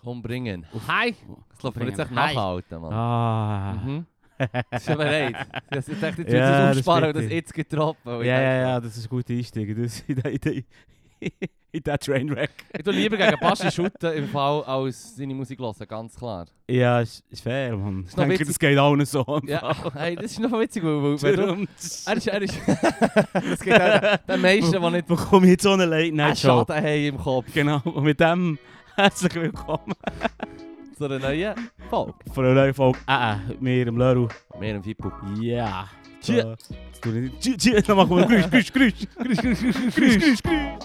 Komm, bringen. Hi! Das läuft mir jetzt echt nachhalten, Mann. Ah. Ist schon bereit. Ich dachte, jetzt Ja, das aufsparen und das das jetzt getroffen. Ja, das ist ein guter Einstieg. Das in den Trainwreck. Ich tue lieber gegen Baschi shooten im Fall, als seine Musik hören, ganz klar. Ja, ist fair, Mann. Ich denke, witzig. das geht allen so. Ja, hey, das ist noch witzig, weil Darum, er ist das geht auch den meisten, die nicht bekomme ich jetzt so eine Late-Night-Show. Schaden haben im Kopf. Genau, und mit dem herzlich willkommen Zu einer neuen Folge. von einer neuen Folge. Mit mir, dem Leru. Mehr im Fippo. Ja. Tschüss. Tschüss, dann machen wir Grüß. Grüß.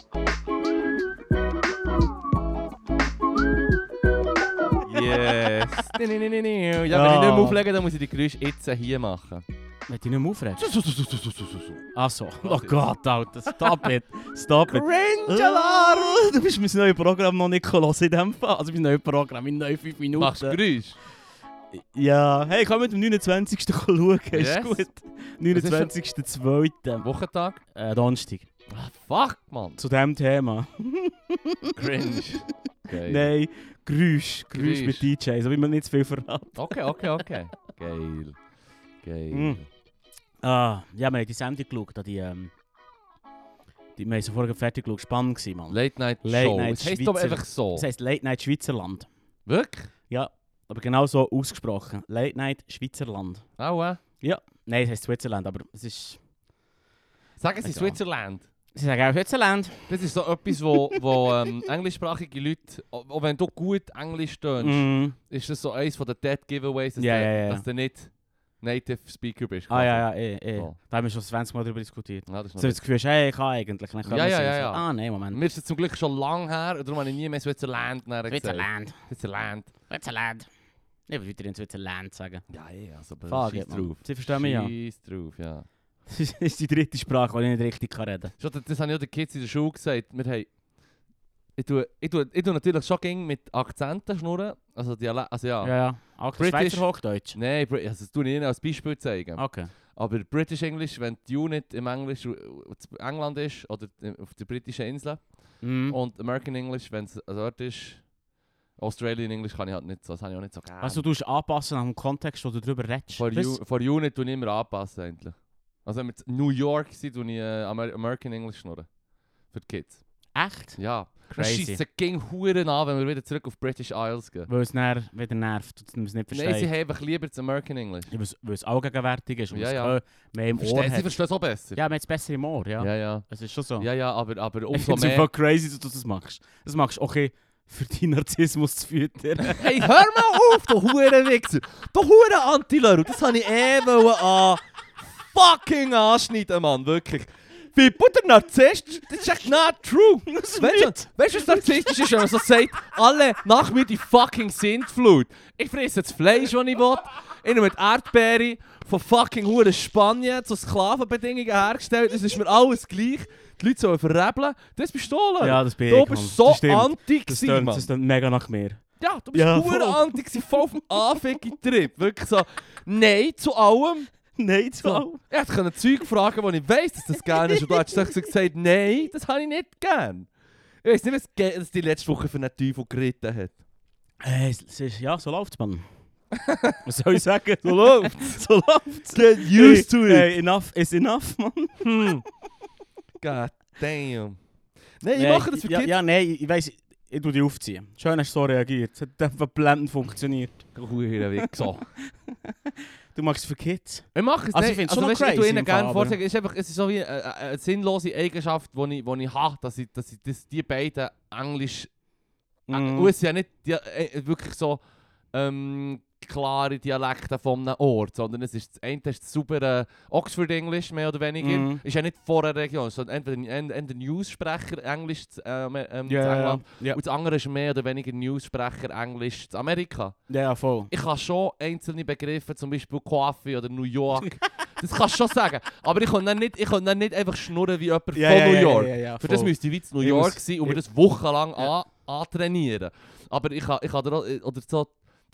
Yes. Ja, wenn ich nicht mehr auflege, dann muss ich die Geräusche jetzt hier machen. Willst du nicht mehr aufregen? Ach so. Oh Gott, Alter. Stop it. Cringe-Alarm! Du bist mein neues Programm noch nicht hören in dem Fall. Also mein neues Programm in 5 Minuten. Machst du Geräusche? Ja. Hey, komm mit dem 29. schauen. Yes. Ist gut. 29.2. Wochentag? Donnerstag. Ah, fuck, Mann. Zu diesem Thema. Cringe. Geil. Nein, Geräusch mit DJs. So wie man nicht zu viel verraten. Okay. Geil. Mm. Ja, wir haben die Sendung geschaut. Wir haben sie vorher fertig geschaut. Spannend gewesen, Mann. Late Night Show. Late Night Es heisst doch einfach so. Das heisst Late Night Schweizerland. Wirklich? Ja, aber genau so ausgesprochen. Late Night Schweizerland. Auch, Ja. Nein, es heisst Switzerland, aber es ist... Sagen Sie Egal. Switzerland. Sie sagen auch Switzerland. Das ist so etwas, wo englischsprachige Leute, auch wenn du gut Englisch tönst, ist das so eines der Dead Giveaways, dass, dass du nicht Native Speaker bist. Ja. So. Da haben wir schon 20 Mal darüber diskutiert. Ja, das ist noch So das Gefühl, hey, ich kann eigentlich. Dann können wir sagen, Ja. Ah, nein, Moment. Mir ist es zum Glück schon lange her, und darum habe ich nie mehr Switzerland gesagt. Switzerland. Ich will weiter in Switzerland sagen. Ja, also aber Fuck scheiss it, man. drauf. Sie verstehen mich ja. Scheiss drauf, ja. Das ist die dritte Sprache, die ich nicht richtig reden kann. Schon, das habe ich auch den Kids in der Schule gesagt. Wir haben, ich tue natürlich schon gegen mit Akzenten schnurren. Also Dialekt, also ja. Ja. Auch Schweizer Hochdeutsch? Nein, also das tue ich Ihnen als Beispiel zeigen. Okay. Aber British English, wenn die Unit im Englisch in England ist oder auf der britischen Insel. Und American English, wenn es dort ist. Australian English kann ich halt nicht so, das habe ich auch nicht so gerne. Also du musst anpassen nach dem Kontext, wo du darüber redest. For Unit tue ich immer anpassen eigentlich. Also wenn wir in New York sind, tue ich American English schnurren. Für die Kids. Echt? Ja. Crazy. Das scheisst ging Huren an, wenn wir wieder zurück auf British Isles gehen. Weil es dann wieder nervt und man es nicht versteht. Nein, sie haben einfach lieber das American English. Ja, weil es allgegenwärtig ist und Ja. es mehr im Ohr Sie hat. verstehen es auch besser. Ja, man hat es besser im Ohr, ja. Ja. Es ist schon so. Ja, aber Ich umso finde es mehr... einfach crazy, dass du das machst. Das machst du okay für deinen Narzissmus zu füttern. Hey, hör mal auf, du Hurenwichser! Du Huren-Anti-Leru, das habe ich fucking anschneiden, Mann, wirklich. Wie der Narzisst, das ist echt not true. Weißt du, was narzisstisch ist, wenn man so sagt, alle nach mir die fucking Sintflut. Ich fresse das Fleisch, das ich will. Ich nehme die Erdbeere von fucking Huren Spanien zu Sklavenbedingungen hergestellt. Das ist mir alles gleich. Die Leute sollen verrebeln. Das bist du, Leru. Ja, das bin Du ich, bist Mann. so Das stimmt. anti Das gewesen, Mann. klingt mega nach mir. Ja, du bist Ja, pur voll. anti gewesen, voll auf dem Anfick-Trip. Wirklich so, nein zu allem. Nein, zu allem. Ich hätte Zeug fragen, wo ich weiss, dass das gerne ist. Und du hättest gesagt, nein, das habe ich nicht gern. Ich weiss nicht, was die letzte Woche für einen Teufel geritten hat. Ja, so läuft's, Mann. Was soll ich sagen? So läuft's. So läuft's. Get used to it. Hey, enough is enough, Mann. God damn. Nein, ich mache das für Kids. Ja, nein, ich weiss, ich tue dich aufziehen. Schön, hast du so reagiert. Es hat einfach blendend funktioniert. So. Du machst es für Kids? Ich mache es Also, nicht. ich find's Also, schon weißt, noch ich tue crazy ihnen im gerne Fall, vorsagen. Es ist so wie eine sinnlose Eigenschaft, die ich habe, dass die beiden Englisch... Und es sind ja nicht wirklich so klare Dialekte von einem Ort, sondern es ist das eine ist das saubere Oxford English, mehr oder weniger. Ist ja nicht vor einer Region, sondern entweder Newssprecher Englisch zu England und das andere ist mehr oder weniger Newssprecher Englisch zu Amerika. Ja, voll. Ich kann schon einzelne Begriffe, zum Beispiel Coffee oder New York, das kannst du schon sagen. Aber ich kann dann nicht einfach schnurren wie jemand von New York. Ja, Für das müsste ich wie in New York sein und mir das wochenlang antrainieren. Aber ich kann dir auch, oder so,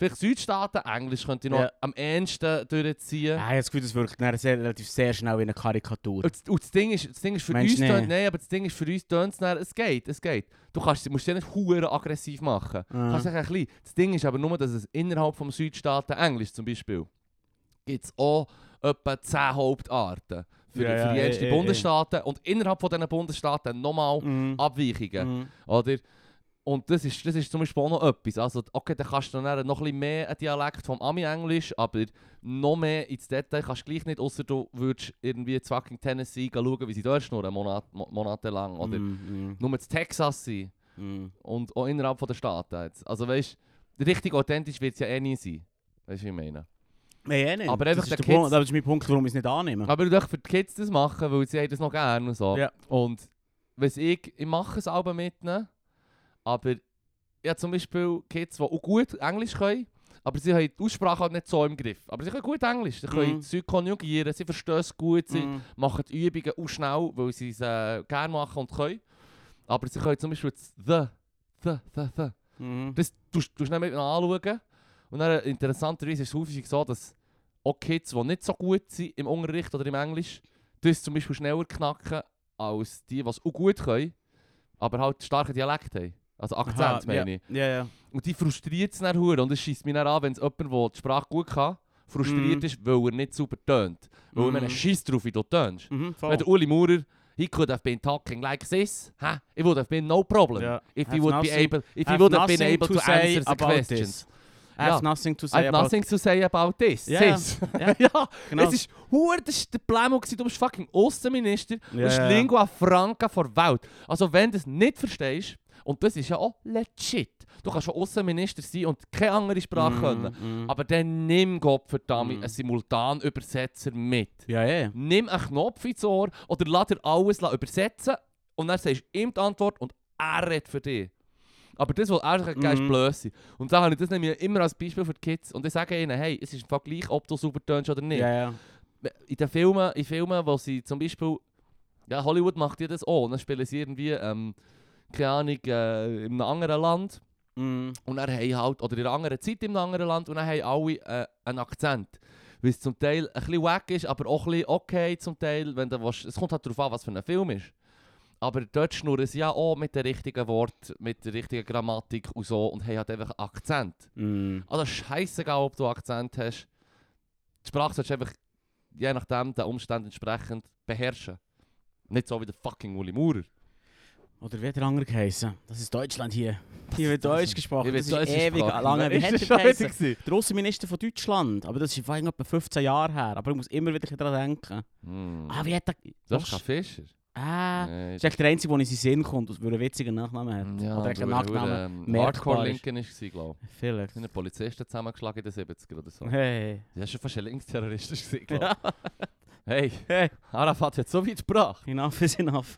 vielleicht Südstaaten, Englisch könnte ich noch am ehesten durchziehen. Ja, ich habe das Gefühl, das wirkt dann relativ sehr schnell wie eine Karikatur. Und das Ding ist für Meinst uns, du nicht? nein, aber das Ding ist für uns, es geht. Du musst ja nicht hure aggressiv machen. Du kannst ein bisschen. Das Ding ist aber nur, dass es innerhalb vom Südstaaten Englisch zum Beispiel gibt es auch etwa 10 Hauptarten für die ersten Bundesstaaten und innerhalb von diesen Bundesstaaten nochmal Abweichungen. Oder? Und das ist zum Beispiel auch noch etwas. Also, okay, dann kannst du dann noch ein bisschen mehr einen Dialekt vom Ami-Englisch, aber noch mehr ins Detail kannst du gleich nicht, außer du würdest irgendwie zu fucking Tennessee schauen, wie sie dort schnurren, monatelang. Oder nur zu Texas sein. Und auch innerhalb der Staaten. Jetzt. Also weißt du, richtig authentisch wird es ja eh nie sein. Weißt du, was ich meine? Nein, nicht. Aber einfach das ist mein Punkt, warum ich es nicht annehme. Aber du für die Kids das machen, weil sie das noch gerne und so. Ja. Und ich mache es auch mitnehmen. Aber ja, zum Beispiel Kids, die auch gut Englisch können, aber sie haben die Aussprache halt nicht so im Griff. Aber sie können gut Englisch, sie können Zeug konjugieren, sie verstehen es gut, sie machen die Übungen auch schnell, weil sie es gerne machen und können. Aber sie können zum Beispiel das Das tust du nicht mit anschauen. Und dann interessanterweise ist es häufig so, dass auch Kids, die nicht so gut sind im Unterricht oder im Englisch, das zum Beispiel schneller knacken als die es auch gut können, aber halt starken Dialekt haben. Also Akzent, meine ich. Ja. Und die frustriert es dann verdammt. Und es scheisst mich dann an, wenn es jemand, der die Sprache gut kann, frustriert ist, weil er nicht super tönt. Weil ich meine, scheiss drauf, wie du tönst. Wenn der Uli Maurer, he could have been talking like this, it would have been no problem. Yeah. If he would have been able to answer the questions. I have nothing to say about this. Ja, Ja, genau. Es ist das ist der Plan, du bist fucking Außenminister, du bist Ja. Lingua Franca der Welt. Also wenn du es nicht verstehst, und das ist ja auch legit, du kannst schon Außenminister sein und keine andere Sprache können, aber dann nimm Gott verdammt einen Simultanübersetzer mit. Ja. Nimm einen Knopf ins Ohr oder lass dir alles übersetzen und dann sagst du ihm die Antwort und er redet für dich. Aber das, was er sagt, ist Blödsinn. Und da habe ich das nämlich immer als Beispiel für die Kids. Und ich sage ihnen, hey, es ist einfach gleich, ob du super tönst oder nicht. Ja. In den Filmen, wo sie zum Beispiel, ja, Hollywood macht ja das auch, dann spielen sie irgendwie, keine Ahnung, in einem anderen Land. Und dann haben halt, oder in einer anderen Zeit in einem anderen Land, und dann haben alle einen Akzent. Weil es zum Teil ein bisschen wack ist, aber auch ein bisschen okay zum Teil, wenn du willst. Es kommt halt darauf an, was für ein Film ist. Aber dort schnurren sie ja auch mit den richtigen Worten, mit der richtigen Grammatik und so und haben halt einfach einen Akzent. Also scheissegal, ob du einen Akzent hast. Die Sprache solltest du einfach, je nachdem, den Umständen entsprechend beherrschen. Nicht so wie der fucking Uli Maurer. Oder wie hat der andere geheißen? Das ist Deutschland hier. Hier wird Deutsch gesprochen. Das ist ewig lange. Wie hat der geheißen? Der Außenminister von Deutschland. Aber das ist vor etwa 15 Jahren her. Aber ich muss immer wieder daran denken. Wie hat der... Das ist kein Fischer. Nee, ist echt der Einzige, der in seinen Sinn kommt, weil er einen witzigen Nachnamen hat. Ja, oder einen Nachnamen Hardcore-Linken war, glaube ich. Vielleicht. Sind Polizisten zusammengeschlagen in den 70er oder so. Hey. Das war schon fast ein Linksterroristisch, glaube ich. Hey, Arafat hat so weit gebracht. Enough is enough.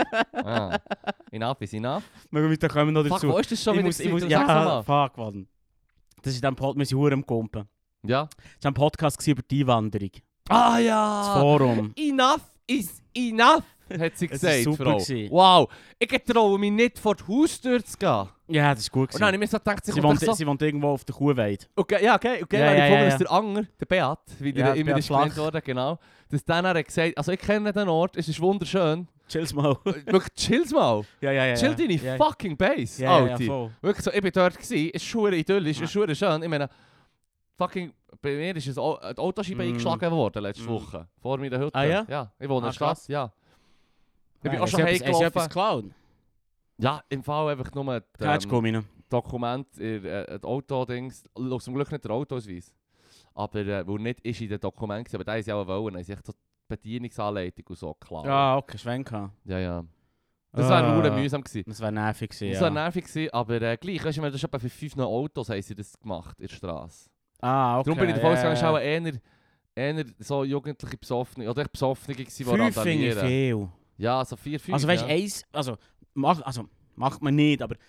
Enough is enough. Da kommen wir noch dazu. Fuck, wo ist das schon wieder? Ja, fuck, Mann. Das ist dann Podcast, wir sind am Kumpen. Ja? Das war ein Podcast über die Einwanderung. Ah ja! Das Forum. Enough is enough, hat sie gesagt, war super Frau. gewesen. Wow, ich traue mich nicht vor die Haustür zu gehen. Ja, das ist gut. Und dann habe ich mir so gedacht, sie wohnt irgendwo auf der Kuhweide. Okay. Ja, ich gefunden, dass der Anger, der Beat, wie der immer ist genannt worden, genau, dass dann er gesagt, also ich kenne den Ort, es ist wunderschön. Chill's mal. Wirklich, chill's mal. Ja. Chill deine fucking Base, Alter. Voll. Wirklich so, ich bin dort gewesen, es ist schon idyllisch, es ist schon schön. Ich meine, fucking, bei mir ist die Autoscheibe eingeschlagen worden letzte Woche, vor meiner Hütte. Ah ja? Ja, ich wohne in der Stadt, krass. ja. Ich bin auch schon Hast du etwas heimgelaufen. geklaut? Ja, im Fall einfach nur Catch-Kommen. Dokument, das Auto-Dings, zum Glück nicht der Autoausweis. Aber, weil nicht ist in den Dokumenten, aber da ist ja auch wollen, dann ist echt so die Bedienungsanleitung und so klar. Ja, okay, Schwenka. Ja. Das war nur mühsam gewesen. Das wäre nervig gewesen, Das war nervig gewesen, aber gleich, weißt du, das ist etwa für 5 Autos haben sie das gemacht in der Straße. Ah, okay. Darum bin ich davon ausgegangen, eher so jugendliche Besoffene, oder echt Besoffene gewesen, die 5 finde ich viel. Ja, so 4, 5. Also weißt du, macht man nicht, aber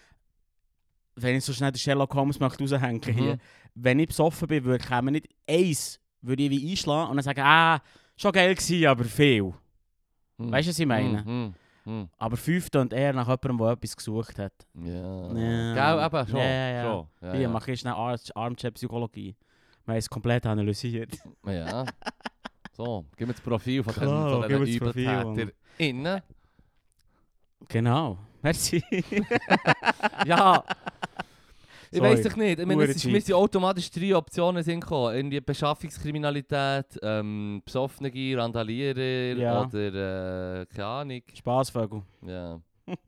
wenn ich so schnell den Sherlock Holmes möchte raushängen hier, wenn ich besoffen bin, käme man nicht eins, würde ich wie einschlagen und dann sagen, schon geil gewesen, aber viel. Weißt du, was ich meine? Aber 5 tönt eher nach jemandem, der etwas gesucht hat. Ja. Ja. Gell, eben, schon. Ja. Schon. Ja, Hier ja. mache ich schnell Armchair-Psychologie. Wir haben es komplett analysiert. Ja. So, gib mir das Profil von Klar, den gib mir das Profil, ÜbeltäterInnen. Genau. Merci. Ja. Ich Sorry. weiss doch nicht. Ich meine, Hure es cheap. mir sind automatisch 3 Optionen sind gekommen. Irgendwie Beschaffungskriminalität, besoffene Randalierer Ja. oder keine Ahnung. Spaßvögel. Ja.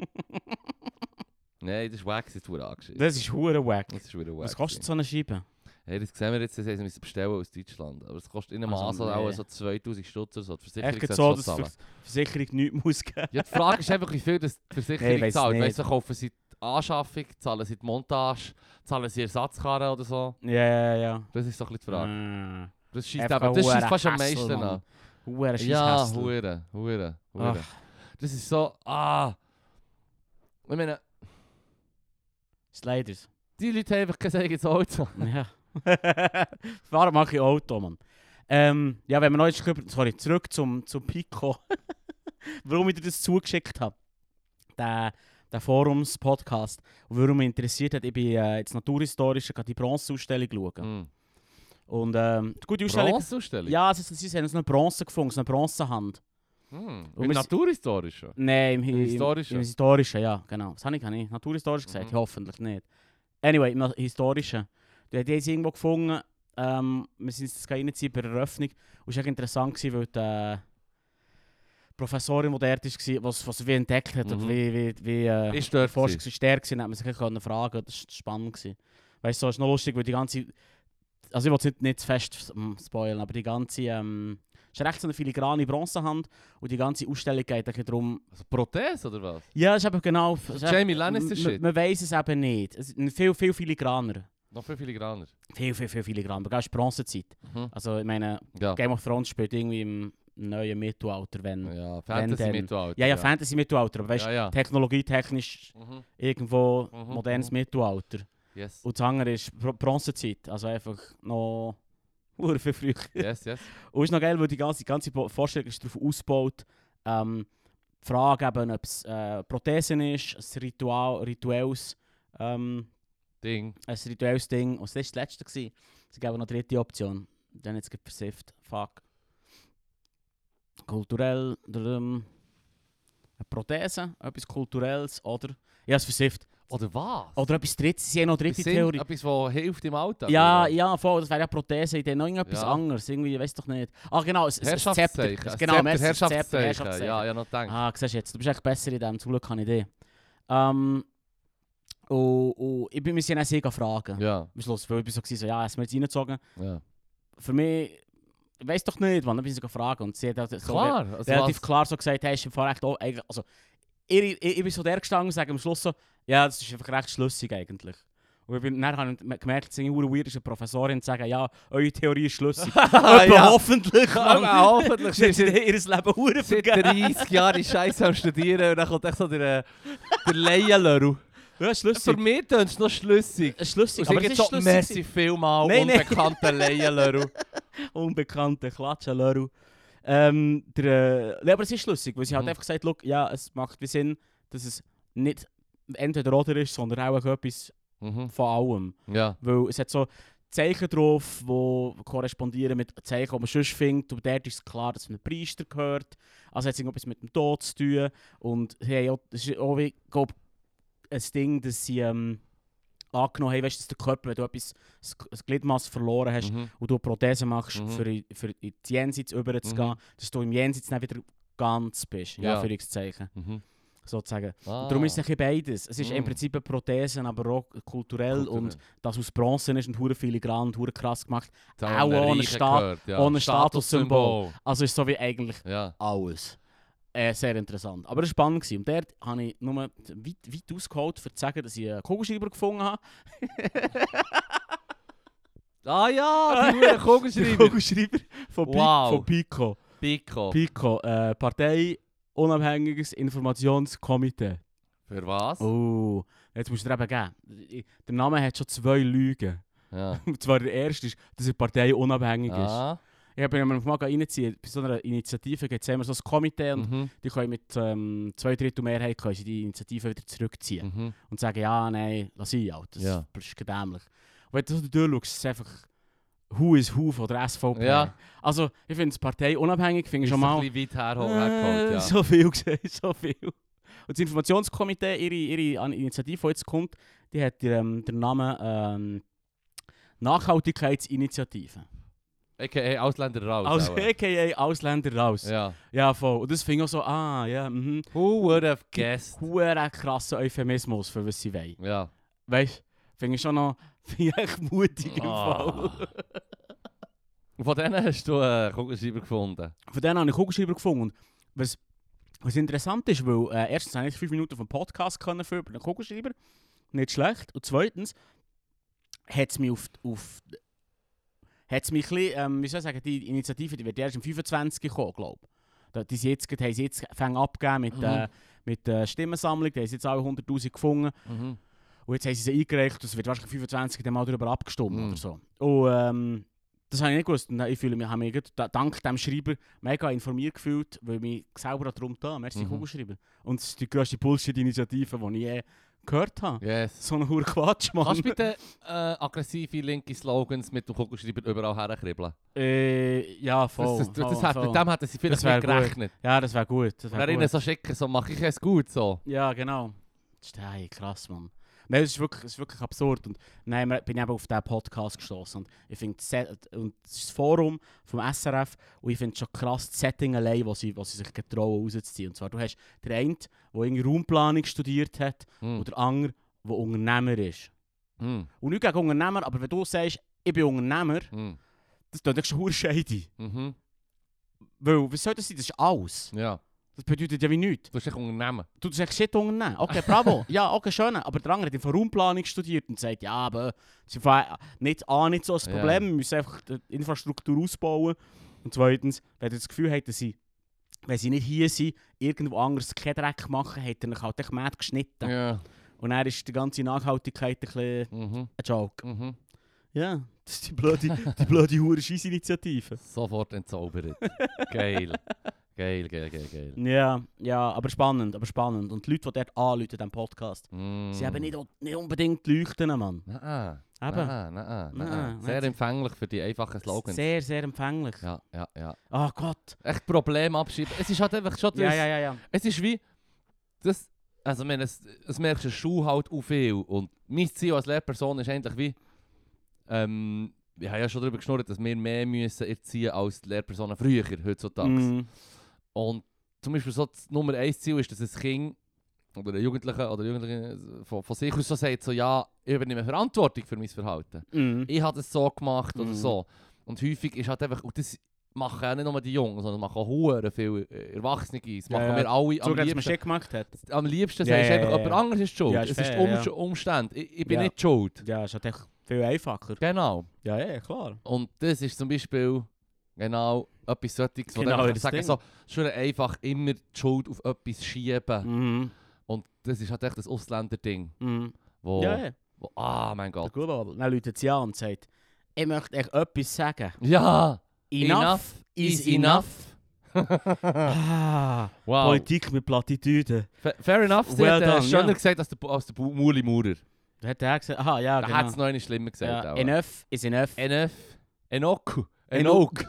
Nein, das ist wack, das ist verdammt angeschissen. Das ist hure wack. Das ist verdammt wack. Was kostet so eine Scheibe? Hey, das sehen wir jetzt, das müssen wir bestellen aus Deutschland. Aber es kostet in einem Also, Maß auch nee. so 2000 Stutz oder so. Die Versicherung Echt sollte so, schon dass zahlen. die Versicherung nichts muss geben. Ja, die Frage ist einfach, wie viel das die Versicherung Nein, weiss zahlt. nicht. Weißt du, kaufen sie die Anschaffung, zahlen sie die Montage, zahlen sie Ersatzkarren oder so? Ja. Das ist so ein bisschen die Frage. Das schießt Einfach aber, das ein schießt fast am Hassel, meisten Mann. an. Hure Ja, Scheisshässel. hure. Ach. Das ist so, Ich meine, Sliders. die Leute haben einfach kein eigenes Auto. Ja. Fahren mache ich Auto, Mann. Ja, wenn wir noch jetzt zurück zum Pico. Warum ich dir das zugeschickt habe. Der Forums-Podcast. Und warum mich interessiert hat, ich bin jetzt naturhistorisch die Bronzeausstellung schauen. Und die gute Ausstellung. Bronzeausstellung? Ja, sie haben so eine Bronze gefunden, so eine Bronzehand. Im wir- naturhistorischen? Nein, Im historischen? Im historischen, ja, genau. Was habe ich naturhistorisch gesagt? Mhm. Hoffentlich nicht. Anyway, im historischen. Die haben es irgendwo gefunden. Wir sind jetzt reingezogen bei der Eröffnung. Und es war echt interessant, gewesen, weil die Professorin, die dort war, was wie entdeckt hat. Und wie Ist dort Forschung gewesen? war stark gewesen, hat man sich echt fragen. Das war spannend. Gewesen. Weißt du, es ist noch lustig, weil die ganze... Also ich will es nicht zu fest spoilern, aber die ganze... es ist recht so eine filigrane Bronzehand und die ganze Ausstellung geht ein bisschen darum... Also Prothese oder was? Ja, es ist eben genau... Jamie Lannister-Shit? Man weiss es eben nicht. Es ist viel filigraner. Noch viel filigraner. Viel filigraner. Aber es ist Bronzezeit. Mhm. Also ich meine, Ja. Game of Thrones spielt irgendwie im neuen Mittelalter, wenn... Ja, Wenn Fantasy-Mittelalter. Ja, Fantasy-Mittelalter, aber weißt du, Ja. technologietechnisch Mhm. irgendwo Mhm, modernes mhm. Mittelalter. Yes. Und das andere ist Bronzezeit, also einfach noch viel früher. Yes. Und es ist noch geil, weil die ganze Vorstellung ist darauf ausgebaut, die Frage eben, ob es Prothesen ist, ein rituelles Ding. Ding. Und das war das letzte. Gewesen. Es gab noch eine dritte Option. Dann jetzt gibt es versifft. Fuck. Kulturell. Eine Prothese, etwas Kulturelles oder... Ja, es versifft. Oder was? Oder etwas drittes. Sie haben noch eine dritte Sinn, Theorie. etwas, das hilft im Alltag? Ja, oder was? ja, voll, das wäre ja Prothese, ich denke noch irgendetwas Ja. anderes, irgendwie, ich weiß doch nicht. Ah genau, ein Zepter. Herrschaftszeichen. Ein Genau, Zepter, merci, ein Zepter, Herrschaftszeichen. Herrschaftszeichen. Ja, ja, noch gedacht. Ah, siehst du jetzt, du bist echt besser in dem, zum Glück habe ich Idee. Und ich bin mir sehr sicher fragen. Ja, Am Schluss, weil ich war so, ja, hast du mir jetzt reingezogen? ja. Für mich, ich weiß doch nicht, wann, dann bin ich sie fragen und sie hat halt so Klar. Also relativ was? klar so gesagt, hey, ist im Fall echt auch, eigentlich, also, ich bin so der gestanden und sage am Schluss so, ja, das ist einfach recht schlüssig eigentlich. Und dann habe ich gemerkt, es ist irgendwie weird, ist eine Professorin zu sagen, ja, eure Theorie ist schlüssig. Ja. Hoffentlich, Mann. Ja, hoffentlich. Sie hat Sie ihr Leben hure seit vergeben. 30 Jahren die Scheiße am Studieren und dann kommt echt so der Laienlöru. Ja, Für schlüssig. mich tut es noch schlüssig. Schlüssig, Und aber sie es gibt ist so schlüssig. merci vielmal Nein, nein. unbekannte Laienlöru. Unbekannte Klatschen-Löru. Aber es ist schlüssig, weil sie hat Mhm. einfach gesagt, look, ja, es macht wie Sinn, dass es nicht entweder oder ist, sondern auch etwas Mhm. von allem. Ja. Weil es hat so Zeichen drauf, die korrespondieren mit Zeichen, die man sonst findet. Und dort ist es klar, dass es einem Priester gehört. Also hat es irgendetwas mit dem Tod zu tun. Und hey, das ist auch wie, glaub, ein Ding, dass sie angenommen haben, weißt, dass der Körper, wenn du etwas, ein Gliedmaß verloren hast Mhm. und du eine Prothese machst, Mhm. für in das Jenseits überzugehen, Mhm. dass du im Jenseits dann wieder ganz bist. Ja, Ja. für Zeichen Mhm. sozusagen. Ah. Und darum ist es ein bisschen beides. Es ist im Mm. Prinzip eine Prothese, aber auch kulturell. Und das aus Bronze ist und hure filigran und hure krass gemacht. Das auch haben wir ohne Reichen Sta- gehört, ja. ohne Statussymbol. Also ist so wie eigentlich Ja. alles. Sehr interessant. Aber es war spannend. Und dort habe ich nur weit ausgeholt, um zu sagen, dass ich einen Kugelschreiber gefunden habe. Ah ja, die Huren Kugelschreiber. Kugelschreiber von, Wow. von Pico. Pico. Pico, Partei Unabhängiges Informationskomitee. Für was? Oh, jetzt musst du dir eben geben. Der Name hat schon 2 Lügen. Ja. Und zwar der erste ist, dass die Partei unabhängig ist. Ah. Ich habe mir mal reinziehen, bei so einer Initiative gibt es immer so ein Komitee und die können mit 2/3 Mehrheit können sie die Initiative wieder zurückziehen. Und sagen, ja, nein, lass ihn halt, das ist gedämlich. Und wenn du so durchschaust, ist es einfach Who is Who von der SVP. Ja. Also, ich finde, die Partei unabhängig, finde ich schon mal... Ein bisschen weit hergeholt, ja. So viel gesagt, so viel. Und das Informationskomitee, ihre Initiative, die jetzt kommt, die hat den Namen Nachhaltigkeitsinitiative. A.k.a. Ausländer raus. Also a.k.a. Ausländer raus. Ja. Ja, voll. Und das finde ich auch so, Who would have guessed? Huere krasser Euphemismus für was sie wollen. Ja. Weißt du, finde ich schon noch echt mutig im Fall. Und von denen hast du einen Kugelschreiber gefunden? Von denen habe ich Kugelschreiber gefunden. Und was interessant ist, weil erstens habe ich 5 Minuten vom Podcast können für über den Kugelschreiber. Nicht schlecht. Und zweitens hat es mich hat's mich ein bisschen, wie soll ich sagen, die Initiative, die wird erst im 25 kommen, glaube ich. Haben sie jetzt abgegeben mit der Stimmensammlung, die haben sie jetzt alle 100'000 gefunden. Und jetzt haben sie eingereicht, das wird wahrscheinlich 25 dann mal darüber abgestimmt oder so. Und das habe ich nicht gewusst. Und ich fühle mich, habe mich dank dem Schreiber mega informiert gefühlt, weil ich mich selber darum da. Merci Kugelschreiber. Und es ist die grösste Bullshit-Initiative, die ich je gehört habe. Yes. So ein hoher Quatsch, Mann. Kannst du bitte aggressive linke Slogans mit dem Kugelschreiber überall herkribbeln? Ja, voll. Mit dem hätten sie vielleicht nicht gerechnet. Ja, das wäre gut. Und ihnen so schicken, so mache ich es gut. So. Ja, genau. Das ist krass, Mann. Nein, das ist wirklich absurd. Und dann bin ich eben auf diesen Podcast gestoßen. Und ich finde, das ist das Forum vom SRF und ich finde es schon krass, das Setting allein, wo sie sich getrauen rauszuziehen. Und zwar, du hast den einen, der irgendwie Raumplanung studiert hat und der andere, der Unternehmer ist. Und nicht gegen Unternehmer, aber wenn du sagst, ich bin Unternehmer, das tut schon verdammt shady. Weil, was soll das sein? Das ist alles. Ja. Das bedeutet ja wie nichts. Du bist echt Unternehmen. Du sagst shit Unternehmen. Okay, bravo. Ja, okay, schön. Aber der andere hat von Raumplanung studiert und sagt, ja, aber es ist nicht so ein Problem. Wir müssen einfach die Infrastruktur ausbauen. Und zweitens, wenn du das Gefühl hast, dass sie, wenn sie nicht hier sind, irgendwo anders keinen Dreck machen, hat er halt echt mad geschnitten. Ja. Und dann ist die ganze Nachhaltigkeit ein bisschen ein Joke. Ja, das ist die blöde Hure-Scheiss-Initiative. Sofort entzaubert. Geil. Geil. Ja, aber spannend. Und die Leute, die dort anrufen, diesem Podcast, sie haben nicht unbedingt leuchten, Mann. Nein. Sehr empfänglich für die einfachen Slogans. Sehr, sehr empfänglich. Ja. Oh Gott. Echt Problem abschieben. Es ist halt einfach schon das... Ja. Es ist wie... Das, also, es merkst du Schuh halt auch viel. Und mein Ziel als Lehrperson ist eigentlich wie... ich habe ja schon darüber geschnurrt, dass wir mehr müssen erziehen als die Lehrpersonen früher, heutzutage. Und zum Beispiel so das Nummer 1 Ziel ist, dass ein Kind oder ein Jugendliche von sich aus so sagt, so, ja, ich übernehme Verantwortung für mein Verhalten. Ich habe das so gemacht oder so. Und häufig ist halt einfach, und das machen auch nicht nur die Jungen, sondern machen auch hure viele Erwachsene. Das machen wir alle am liebsten. Gemacht hat. Am liebsten sagst du einfach, jemand anderes ist schuld. Ja, es fair, ist Umstände. Ich bin nicht schuld. Ja, es ist halt viel einfacher. Genau. Ja, klar. Und das ist zum Beispiel genau etwas solches, wo genau, ich sagen so, schon einfach immer die Schuld auf etwas schieben. Und das ist halt echt das Ausländer-Ding. Wo, mein Gott. Dann läutet sie an und sagt, ich möchte echt etwas sagen. Ja! Enough is enough. Wow. Politik mit Plattitüden. Fair enough, sie Well hat done, schöner gesagt als der Muli Maurer. Da hat er gesagt, aha, ja, Da genau. hat es noch eine schlimmer gesagt. Ja, enough is enough. Enough. Enough.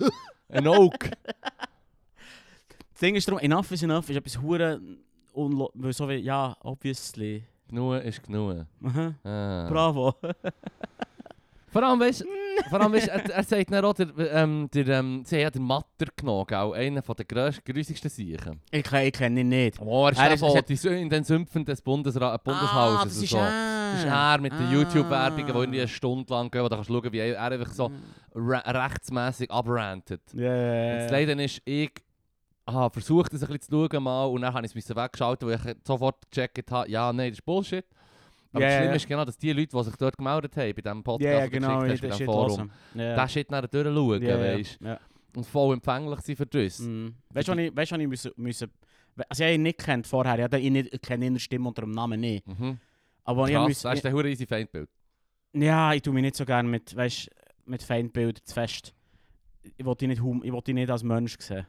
Das Ding ist darum, enough is enough ist etwas hure so wie, ja, obviously. Genug ist genug. Bravo. Vor allem, weißt er sagt dann auch, sie haben den Matter genommen, gell? Einer der grössigsten Siechen. Ich kenn ihn nicht. Oh, er ist in den Sümpfen des Bundeshauses. Das ist so. Das ist er mit den YouTube-Werbungen, die irgendwie eine Stunde lang gehen, wo du kannst schauen, wie er einfach so rechtsmässig abrantet. Yeah. Das Leiden ist, ich habe versucht, das ein bisschen zu schauen mal, und dann habe ich es weggeschaltet, weil ich sofort gecheckt habe, ja, nein, das ist Bullshit. Aber das Schlimme ist genau, dass die Leute, die sich dort gemeldet haben, bei diesem Podcast, genau, bei diesem Forum, den Shit nachher durchschauen, weißt du? Und voll empfänglich sind für das. Weißt du, was ich müssen... Also ich habe ihn nicht kennt vorher, ich kenne ihn Stimme unter dem Namen nicht. Aber krass, das ist ein hure easy Feindbild. Ja, ich tue mich nicht so gerne mit Feindbildern zu fest ich will dich nicht als Mensch sehen.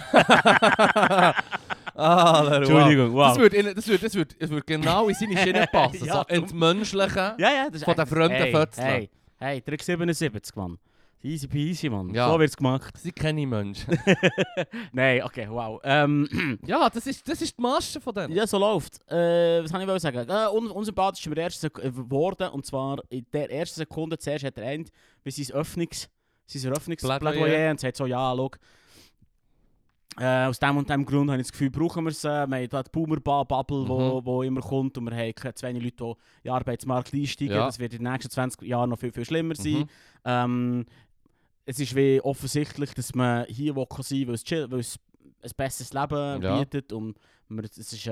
Entschuldigung, wow. Das würde genau in seine Schiene passen. Ja, so entmenschlichen Ja, das ist von den fremden Fötzeln. Hey, Trick 77, Mann. Easy peasy, Mann. Ja. So wird's gemacht. Sie kennen Menschen. Nein, okay, wow. Ja, das ist die Masche von denen. Ja, so läuft. Was kann ich sagen? Unsympathisch ist mir erst geworden. Und zwar in der ersten Sekunde zuerst hat er End wie sein Öffnungsplädoyer und sagt so, ja, schau. Aus dem und dem Grund habe ich das Gefühl, brauchen wir es. Wir haben die Boomer-Bubble, wo immer kommt. Und wir haben zu wenig Leute, die in den Arbeitsmarkt einsteigen. Ja. Das wird in den nächsten 20 Jahren noch viel, viel schlimmer sein. Es ist wie offensichtlich, dass man hier sein will, weil es ein besseres Leben bietet. Und es ist,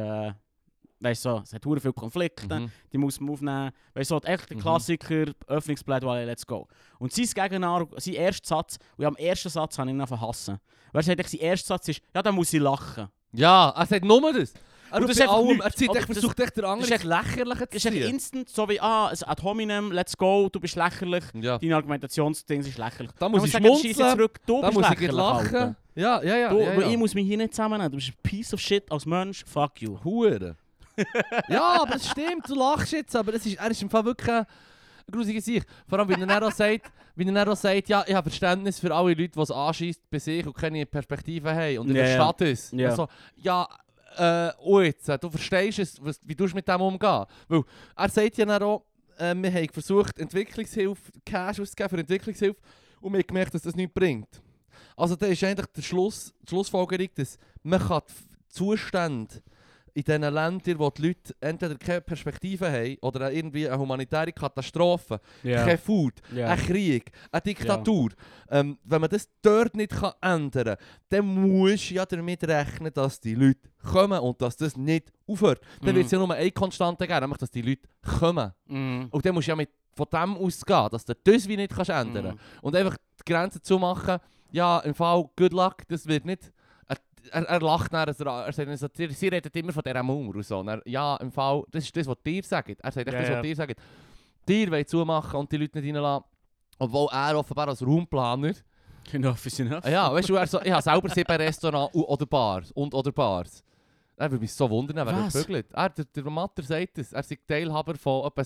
weißt du, es hat sehr viele Konflikte, die muss man aufnehmen. Weißt du, echt der Klassiker, Öffnungsplädoyer, let's go. Und sein erster Satz, und am ersten Satz habe ich ihn angefangen zu hassen. Weil er sagt, sein erster Satz ist, ja, dann muss ich lachen. Ja, er sagt nur das. Und das ist allem, nichts. versucht echt der andere das lächerlicher Das zu ist echt ziehen. instant, so wie, ein ad hominem, let's go, du bist lächerlich. Ja. Deine Argumentationsding ist lächerlich. Da muss ich sagen, schmunzeln, schieße zurück, du da bist muss ich lächerlich, lachen. Alter. Ja. Weil ich muss mich hier nicht zusammennehmen. Du bist ein Piece of shit als Mensch. Fuck you. Hure. Ja, aber es stimmt, du lachst jetzt, aber er ist im Fall wirklich ein grusiger Sicht. Vor allem, wenn er auch sagt, ja, ich habe Verständnis für alle Leute, die es anschießt bei sich und keine Perspektive haben und in der Stadt ist. Ja. Also, ja, und jetzt, du verstehst es, wie du mit dem umgehen. Weil er sagt ja dann auch, wir haben versucht, Entwicklungshilfe, Cash auszugeben für Entwicklungshilfe und wir haben gemerkt, dass das nichts bringt. Also da ist eigentlich die Schlussfolgerung, dass man die Zustände in diesen Ländern, wo die Leute entweder keine Perspektive haben oder irgendwie eine humanitäre Katastrophe, kein Food, ein Krieg, eine Diktatur. Wenn man das dort nicht ändern kann, dann muss ja damit rechnen, dass die Leute kommen und dass das nicht aufhört. Dann wird es ja nur eine Konstante geben, nämlich dass die Leute kommen. Und dann musst du ja von dem ausgehen, dass du das wie nicht ändern kannst. Und einfach die Grenze zu machen, ja, im Fall good luck, das wird nicht... Er lacht dann, er sagt, sie reden immer von dieser Mauer und so. Und ja, im Fall, das ist das, was dir sagt. Er sagt echt das, was dir sagt. Dir wollen zumachen und die Leute nicht reinlassen. Obwohl er offenbar als Raumplaner... Enough is enough. Ja, weißt du, ich habe selber 7 Restaurants oder Bars. Er würde mich so wundern, wer das bügelt. Der Matter sagt es. Er ist Teilhaber von etwa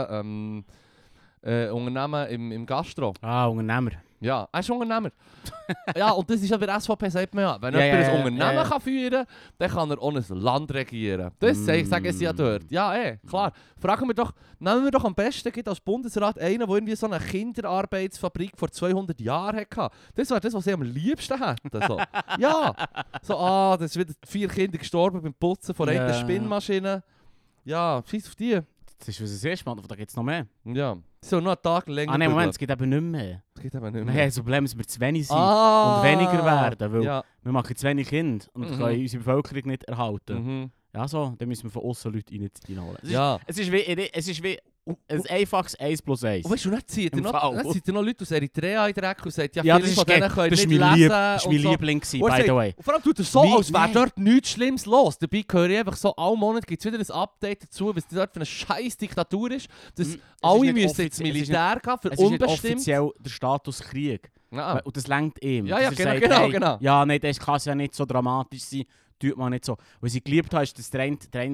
7 Unternehmen im Gastro. Ah, Unternehmer. Ja, er ist Unternehmer. Ja, und das ist ja bei der SVP, sagt man ja. Wenn jemand ein Unternehmen kann führen kann, dann kann er auch ein Land regieren. Das sagen sie ja dort. Ja, klar. Nehmen wir doch am besten als Bundesrat einen, der irgendwie so eine Kinderarbeitsfabrik vor 200 Jahren hatte. Das wäre das, was sie am liebsten hätten. So. Ja, so, das sind wieder 4 Kinder gestorben beim Putzen von einer Spinnmaschine. Ja, scheiß auf die. Das ist, was es ist, Mann. Da gibt es noch mehr. Ja. So, noch einen Tag länger. Nein, Moment, es gibt eben nicht mehr. Es gibt eben nicht Wir mehr. haben das Problem, dass wir zu wenig sind und weniger werden, weil Ja. wir machen zu wenig Kinder und können unsere Bevölkerung nicht erhalten. Mhm. Ja, so, dann müssen wir von aussen Leute reinholen. Ja. Es ist wie ein einfaches 1+1. Und weißt du, dann zieht er noch Leute aus Eritrea in den Dreck und sagt, ja, Ja, viele von denen können das nicht war lesen. mein und so. Liebling, Und er by sagt- the way. Und vor allem tut er so, Wie- als wäre nein. dort nichts Schlimmes los. Dabei höre ich einfach so, alle Monate gibt es wieder ein Update dazu, was dort für eine scheiß Diktatur ist. Dass Es ist alle nicht müssen ins Militär gehen für Es ist nicht unbestimmt. offiziell der Status Krieg. Ja. Und das lenkt ihm. Ja, ja, Dass er sagt, genau, hey, genau. Ja, nein, das kann ja nicht so dramatisch sein. Tut man nicht so. Was ich geliebt habe, ist, dass der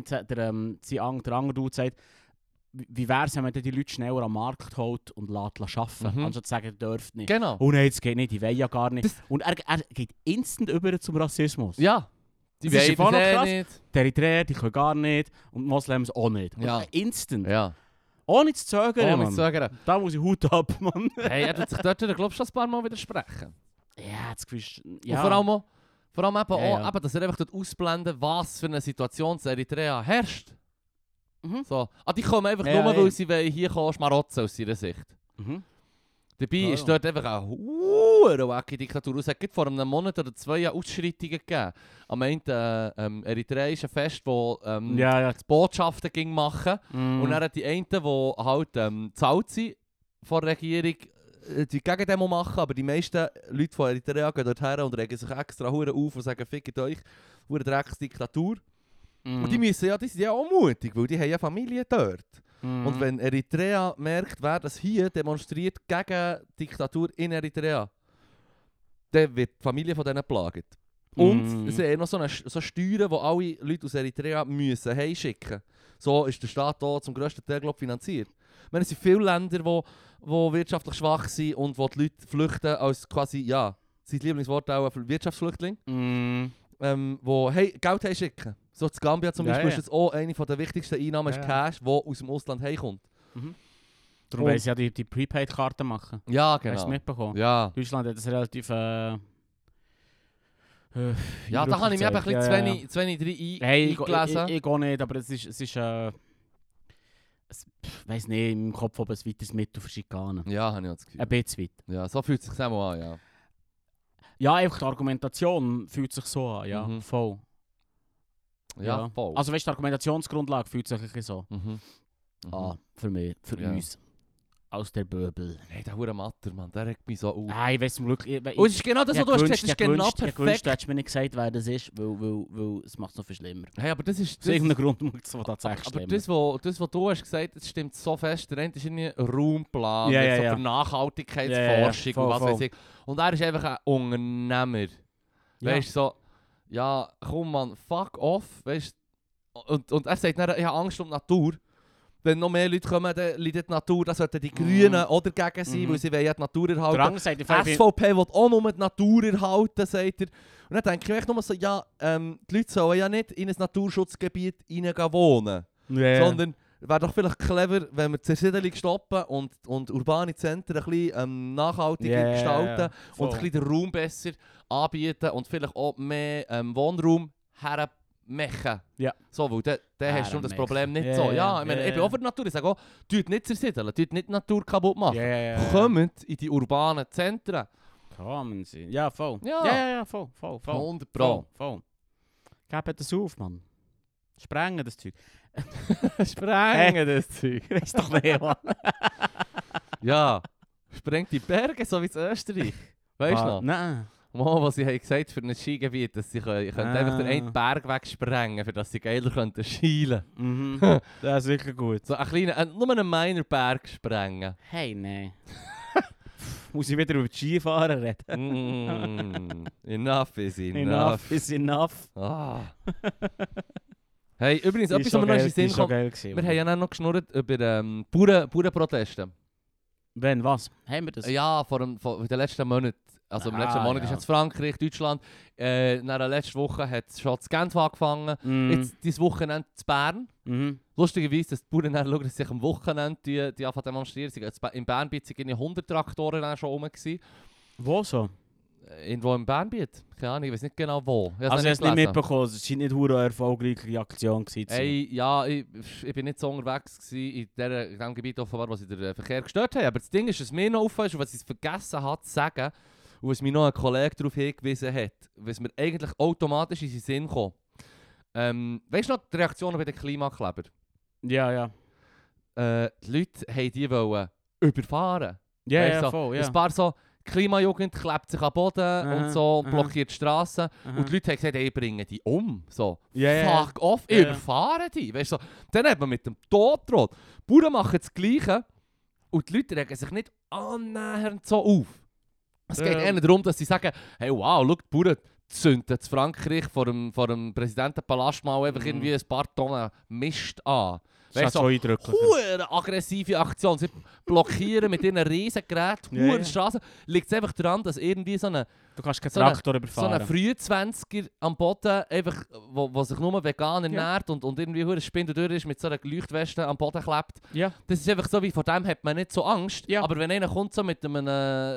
andere Dude sagt, wie wäre es, wenn man die Leute schneller am Markt holt und arbeiten lässt, anstatt zu sagen, ihr dürft nicht. Genau. Oh nein, das geht nicht, die wollen ja gar nicht. Das- Und er geht instant über zum Rassismus. Ja. Die Das ist wollen voll noch das krass. nicht. Die Eritreer, die können gar nicht und die Moslems auch nicht. Und Ja. Instant. Ja. Ohne zu zögern, Ohne Mann. zu sagen. Da muss ich Hut ab, Mann. Hey, er tut sich dort, glaube ich, schon ein paar Mal widersprechen. Ja, das Gefühl ist... Und Ja. vor allem eben Ja, auch, ja. eben, dass er einfach dort ausblenden, was für eine Situation in Eritrea herrscht. Mhm. So. Die kommen einfach Ja, nur, ja. weil sie wollen hier kommen, schmarotzen aus ihrer Sicht. Mhm. Dabei Ja, ist ja. dort einfach eine wackige Diktatur. Es hat gerade vor einem Monat oder 2 Ausschreitungen gegeben. Am einen eritreischen Fest, wo Ja. die Botschaften ging machen. Mhm. Und dann hat die einen, die halt gezahlt sind von der Regierung, die gegen Demo machen, aber die meisten Leute von Eritrea gehen dorthin und regen sich extra hure auf und sagen, fickt euch, hure Drecksdiktatur. Mhm. Und die sind ja auch mutig, weil die haben ja Familie dort. Mhm. Und wenn Eritrea merkt, wer das hier demonstriert gegen Diktatur in Eritrea, dann wird die Familie von denen geplagt. Und es sind noch so Steuern, die alle Leute aus Eritrea müssen heimschicken. So ist der Staat hier zum grössten Teil finanziert. Ich meine, es sind viele Länder, die wirtschaftlich schwach sind und wo die Leute flüchten als quasi, ja, sein Lieblingswort auch für Wirtschaftsflüchtlinge, wo Geld heimschicken. So in Gambia zum Beispiel ist das auch eine der wichtigsten Einnahmen, ist Cash, die aus dem Ausland heimkommt. Darum wollen sie ja die Prepaid-Karten machen. Ja, genau. Hast du es mitbekommen? Ja. Deutschland hat das relativ... ja, da habe ich mich eben ein bisschen zu wenig eingelesen. Ich gehe nicht, aber es ist ich weiss nicht, im Kopf ob es weiteres Mittel für Schikanen. Ja, habe ich auch das Gefühl. Ein bisschen weit. Ja, so fühlt es sich auch an, ja. Ja, einfach die Argumentation fühlt sich so an, ja, voll. Ja, voll. Also weißt du, die Argumentationsgrundlage fühlt sich ein bisschen so. Für mich, für uns. Aus der Böbel. Hey, der hure Matter, Mann, der regt mich so auf. Ich weiss zum Glück... Und es ist genau das, was du hast gesagt, es ist genau perfekt. Ich wünschte, du hättest mir nicht gesagt, wer das ist, weil es macht es noch viel schlimmer. Hey, aber das ist... Aus irgendeinem Grund muss es tatsächlich aber stimmen. das, was du hast gesagt, das stimmt so fest. Der eine ist irgendwie ein Raumplan, Ja. für Nachhaltigkeitsforschung und was weiß ich. Und er ist einfach ein Unternehmer. Weißt du, so... Ja, komm man, fuck off, weißt du. Und er sagt dann, ich habe Angst um die Natur. Wenn noch mehr Leute kommen, dann leidet die Natur, dann sollten die Grünen oder dagegen sein, weil sie wollen ja die Natur erhalten. SVP will auch nur die Natur erhalten, sagt er. Und dann denke ich echt nur so, ja, die Leute sollen ja nicht in ein Naturschutzgebiet wohnen. Sondern wäre doch vielleicht clever, wenn wir die Zersiedelung stoppen und urbane Zentren ein bisschen nachhaltiger gestalten und ein bisschen den Raum besser anbieten und vielleicht auch mehr Wohnraum hermachen. Ja. So, weil dann hast du das Problem nicht so. Ja, ich meine, ich bin auch für die Natur. Ich sage auch, tut nicht zersiedeln, tut nicht die Natur kaputt machen. Kommt in die urbanen Zentren. Kommen sie. Ja, voll. Ja, voll. 100%. Voll. Gebt das auf, Mann. Sprengen das Zeug. Sprengen das Zeug. Weißt doch nicht, Mann. Ja, sprengt die Berge, so wie in Österreich. Weißt du noch? Nein. Mal, was sie haben gesagt für ein Skigebiet, dass sie einfach den einen Berg wegsprengen, für dass sie geiler könnten schielen. Das ist wirklich gut. So nur einen minor Berg sprengen. Hey, nein. Muss ich wieder über die Skifahren reden? Enough is enough. Enough is enough. Ah. Hey, übrigens, etwas, was mir noch in den Sinn kommt. Wir haben ja noch geschnurrt über Bauernproteste. Wenn, was? Haben wir das? Ja, vor den letzten Monaten. Also im letzten Monat ist jetzt Frankreich, Deutschland. In der letzten Woche hat es schon in Genf angefangen. Jetzt dieses Wochenende in Bern. Lustigerweise, dass die Bauern dann schauen, dass sich am Wochenende die anfangen zu demonstrieren. In Bernbiet waren 100 Traktoren schon rum. Wo so? Irgendwo im Bernbiet. Keine Ahnung, ich weiß nicht genau wo. Ich habe es nicht mitbekommen. Es war nicht eine erfolgreiche Aktion. Hey, ja, ich bin nicht so unterwegs in dem Gebiet, offenbar, wo sie den Verkehr gestört haben. Aber das Ding ist, was mir noch auffällt, was ich vergessen habe zu sagen, und was mir noch ein Kollege darauf hingewiesen hat, was mir eigentlich automatisch in den Sinn kam. Weißt du noch die Reaktionen bei den Klimakleber? Ja. Die Leute wollten die überfahren. Ja, voll, ja. Ein paar so Klimajugend klebt sich am Boden und so blockiert die Straße. Und die Leute haben gesagt, hey, bringen die um. So, fuck off, überfahren die. Weißt du, so. Dann hat man mit dem Tod droht. Die Bauern machen das Gleiche und die Leute regen sich nicht annähernd so auf. Es geht eher darum, dass sie sagen, hey wow, schau, die Bauern zünden in Frankreich vor dem Präsidentenpalast mal einfach irgendwie ein paar Tonnen Mist an. Das ist so eindrücklich. Eine aggressive Aktion. Sie blockieren mit ihren riesen Geräten, Straßen. Liegt es einfach daran, dass irgendwie so eine... Du kannst keinen Traktor überfahren. So ein Frühzwanziger am Boden, einfach, wo sich nur vegan ernährt und irgendwie ein Spindel durch ist, mit so einer Leuchtweste am Boden klebt. Ja. Das ist einfach so, wie vor dem hat man nicht so Angst. Ja. Aber wenn einer kommt so mit einem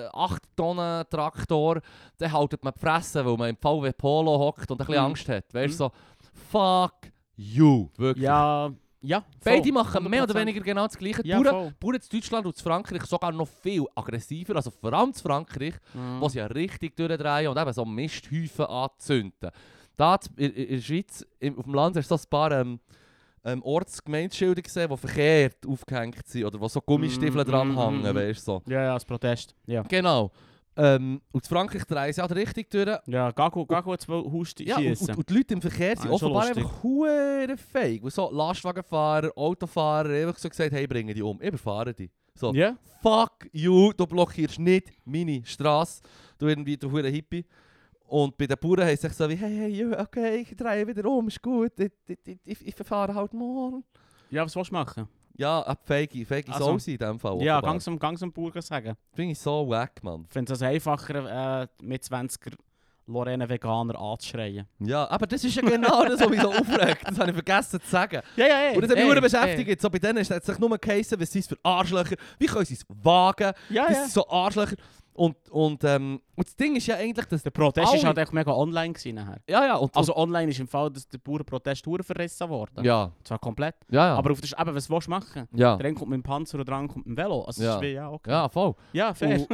8-Tonnen-Traktor, dann haltet man die Fresse, weil man im VW Polo hockt und ein bisschen Angst hat. Weißt du, so, fuck you. Wirklich. Ja, beide machen mehr oder weniger genau das Gleiche. Ja, Bauern in Deutschland und in Frankreich sogar noch viel aggressiver, also vor allem in Frankreich, wo sie ja richtig durchdrehen und eben so Misthäufen anzünden. Da in der Schweiz, auf dem Land, hast du so ein paar Ortsgemeindeschilder gesehen, die verkehrt aufgehängt sind oder wo so Gummistiefel dran hängen, weißt du so. Ja, als Protest. Ja. Genau. Und in Frankreich drehen sie auch richtig durch. Ja, gar gut zu Haus schiessen. Und die Leute im Verkehr sind offenbar einfach verdammt feig. Und so Lastwagenfahrer, Autofahrer einfach so gesagt, hey, bringen die um, überfahren die. So, Ja. fuck you, du blockierst nicht meine Straße, du hure Hippie. Und bei den Bauern heisst es so wie, hey, okay, ich drehe wieder um, ist gut, ich verfahre halt morgen. Ja, was willst du machen? Ja, feige Also, Sau sein in dem Fall. Ja, offenbar. gang zum Bauern sagen. Finde ich so wack, Mann. Ich finde es also einfacher, mit 20er Lorena Veganer anzuschreien. Ja, aber das ist ja genau das, was mich so aufregt. Das habe ich vergessen zu sagen. Ja. Und das hat mich nur beschäftigt. So bei denen ist es sich nur geheißen, was sind es für Arschlöcher, wie können sie es wagen, Ja, das ja. sind so Arschlöcher. Und das Ding ist ja eigentlich, dass Der Protest alle- ist halt echt mega online gewesen nachher. ja, und Also online ist im Fall, dass der Bauernprotest verrissen worden. ja, Zwar komplett. ja, Aber auf der eben, was willst du machen? ja, Der eine kommt mit dem Panzer und der andere kommt mit dem Velo. Also Ja. das ist wie, ja, okay. ja, voll. Ja, fair.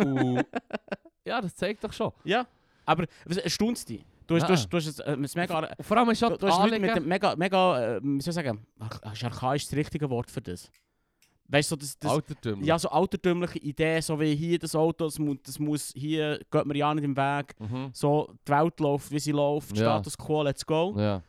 Ja, das zeigt doch schon. Ja. Aber was erstaunt dich? Du hast es mega... Und vor allem ist schon Du hast Leute mit Anliegen, dem mega, wie soll ich sagen, ist archaisch das richtige Wort für das? Weißt du, so das Altertümlich. ja, so altertümliche Ideen, so wie hier das Auto, das muss hier, geht mir ja nicht im Weg. Mhm. So, die Welt läuft, wie sie läuft, Ja. Status quo, let's go. Ja.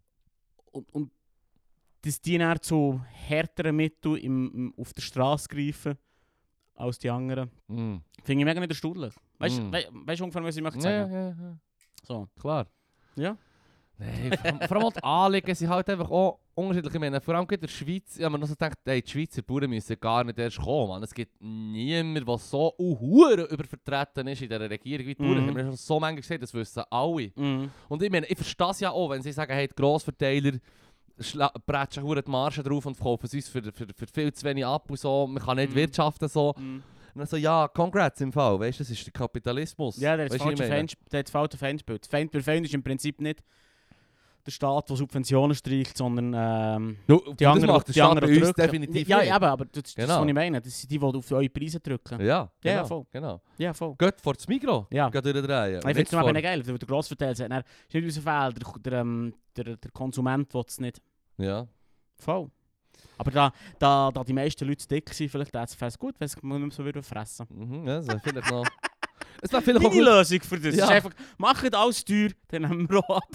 Und dass die dann zu härteren Mitteln auf der Straße greifen als die anderen, Mhm. finde ich mega nicht erstaunlich. Weißt du, Mm. weißt du ungefähr, was ich möchte Ja, sagen? ja. So. Klar. Ja. Nein, vor allem auch die Anliegen sind halt einfach auch unterschiedlich. Ich meine, vor allem in der Schweiz, ja, man noch so denkt, hey, die Schweizer Bauern müssen gar nicht erst kommen. Man. Es gibt niemanden, der so übervertreten ist in dieser Regierung wie die Bauern. Das haben wir schon so manchmal gesehen, das wissen alle. Mhm. Und ich meine, ich verstehe es ja auch, wenn sie sagen, hey, die Grossverteiler bretschen die Marge drauf und verkaufen es uns für viel zu wenig ab und so. Man kann nicht Mhm. wirtschaften so. Mhm. Und dann so, ja, congrats im Fall, weißt du, das ist der Kapitalismus. Ja, der hat Weisst du, wie ich meine? das falsche Feindbild. Der Feind ist im Prinzip nicht der Staat, der Subventionen streicht, sondern Die das macht der Staat bei uns drücken. definitiv Ja, nicht. eben, aber das ist Genau. was ich meine. Das sind die auf eure Preise drücken. Ja, genau, Ja, voll. genau. Ja, voll. Geht vor das Migros, Ja. geht durchdrehen. Ich finde es zum Beispiel geil, weil der Grossverteiler sagt, es ist nicht unser Fehler, der Konsument will es nicht. Ja. Voll. Aber da die meisten Leute dick sind, vielleicht wäre es gut, wenn man nicht mehr so fressen Mhm, ja, das wäre vielleicht noch... Es wäre vielleicht auch Meine gut... Lösung für das Ja. ist einfach, macht alles teuer, dann nehmen wir auch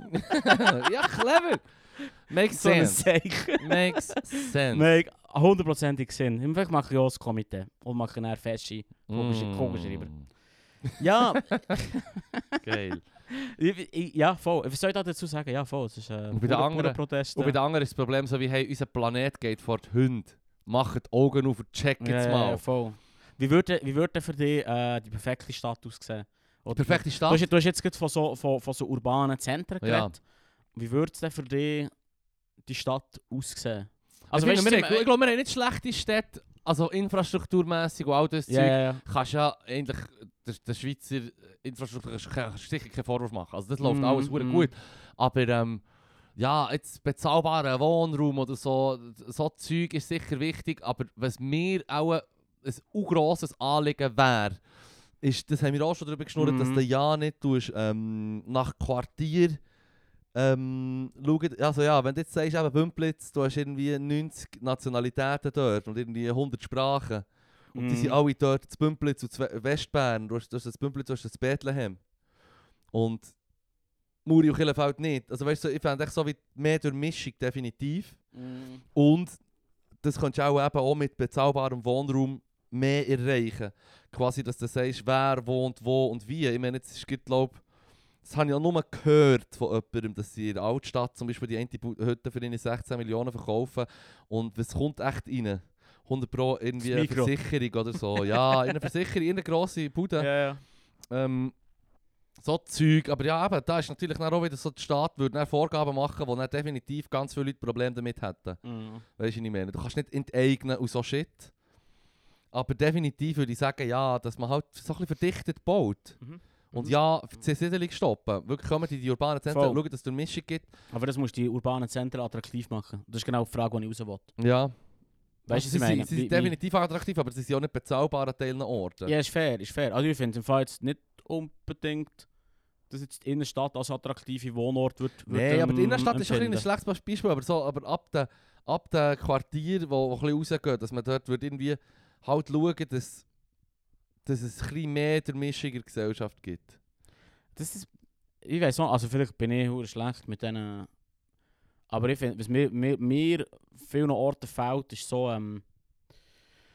ab. Ja, clever. Makes So ein sense. Zeichen. Makes sense. Make 100%ig Sinn. Vielleicht mache ich auch das Komitee und mache dann feste Kugelschreiber. Ja, Geil. ja, voll. Was soll ich da dazu sagen? Ja, voll. Es ist Und bei den anderen- Protest. Und bei den anderen ist das Problem so wie, hey, unser Planet geht vor die Hunde. Macht die Augen auf und checkt jetzt mal. Ja, voll. Wie würde für dich die perfekte Stadt aussehen? Oder Perfekte Du Stadt. hast jetzt gerade von so urbanen Zentren Ja. geredet. Wie würde es denn für dich die Stadt aussehen? Also, weißt du, ich glaube, wir haben nicht schlechte Städte, also infrastrukturmässig und all das ja, Zeug. ja. Kannst ja eigentlich der Schweizer Infrastruktur kannst du sicher keinen Vorwurf machen. Also das läuft alles verdammt gut. Aber ja, jetzt bezahlbarer Wohnraum oder so Zeug ist sicher wichtig. Aber was mir auch ein grosses Anliegen wäre, ist, das haben wir auch schon darüber geschnurrt, dass du ja nicht tust, nach Quartier schauen. Also ja, wenn du jetzt sagst, eben Bümplitz, du hast irgendwie 90 Nationalitäten dort und irgendwie 100 Sprachen. Und die sind alle dort zu Bümplitz und zu Westbern. Du hast das Bümplitz, du hast das Bethlehem. Und Muri und Kirchenfeld nicht. Also weißt du, ich fände echt so wie mehr Durchmischung definitiv. Und das kannst du auch mit bezahlbarem Wohnraum mehr erreichen. Quasi, dass du sagst, wer wohnt wo und wie. Ich meine, jetzt ist glaube das habe ich auch nur gehört von jemandem, dass sie in der Altstadt zum Beispiel die eine Hütte für ihre 16 Millionen verkaufen. Und was kommt echt rein? 100 Pro irgendwie Das eine Migros. Versicherung oder so. Ja, in eine Versicherung, in eine grosse Bude. Ja, ja. So Zeug. Aber ja, eben, da ist natürlich dann auch wieder so, der Staat würde dann Vorgaben machen, wo dann definitiv ganz viele Leute Probleme damit hätten. Weißt du, was ich meine? Du kannst nicht enteignen und so Shit. Aber definitiv würde ich sagen, ja, dass man halt so ein bisschen verdichtet baut. Und ja, die Zersiedlung stoppen. Wirklich kommen in die urbanen Zentren Voll. und schauen, dass es eine Mischung gibt. Aber das musst du die urbanen Zentren attraktiv machen. Das ist genau die Frage, die ich raus will. Ja. Weißt du, was sie ich meine? sind definitiv attraktiv, aber sie sind auch nicht bezahlbar an Teilen Orten. Ja, ist fair, ist fair. Also ich finde im Fall jetzt nicht unbedingt, dass jetzt die Innenstadt als attraktive Wohnort wird. Nein, aber die Innenstadt ist schon ein empfinden. schlechtes Beispiel. Aber ab den Quartier, wo ein bisschen rausgehen, dass man dort wird irgendwie halt schauen, dass es ein bisschen mehr Durchmischung in der Gesellschaft gibt. Das ist, ich weiß nicht, also vielleicht bin ich hure schlecht mit denen. Aber ich finde, was mir vielen Orten fehlt, ist so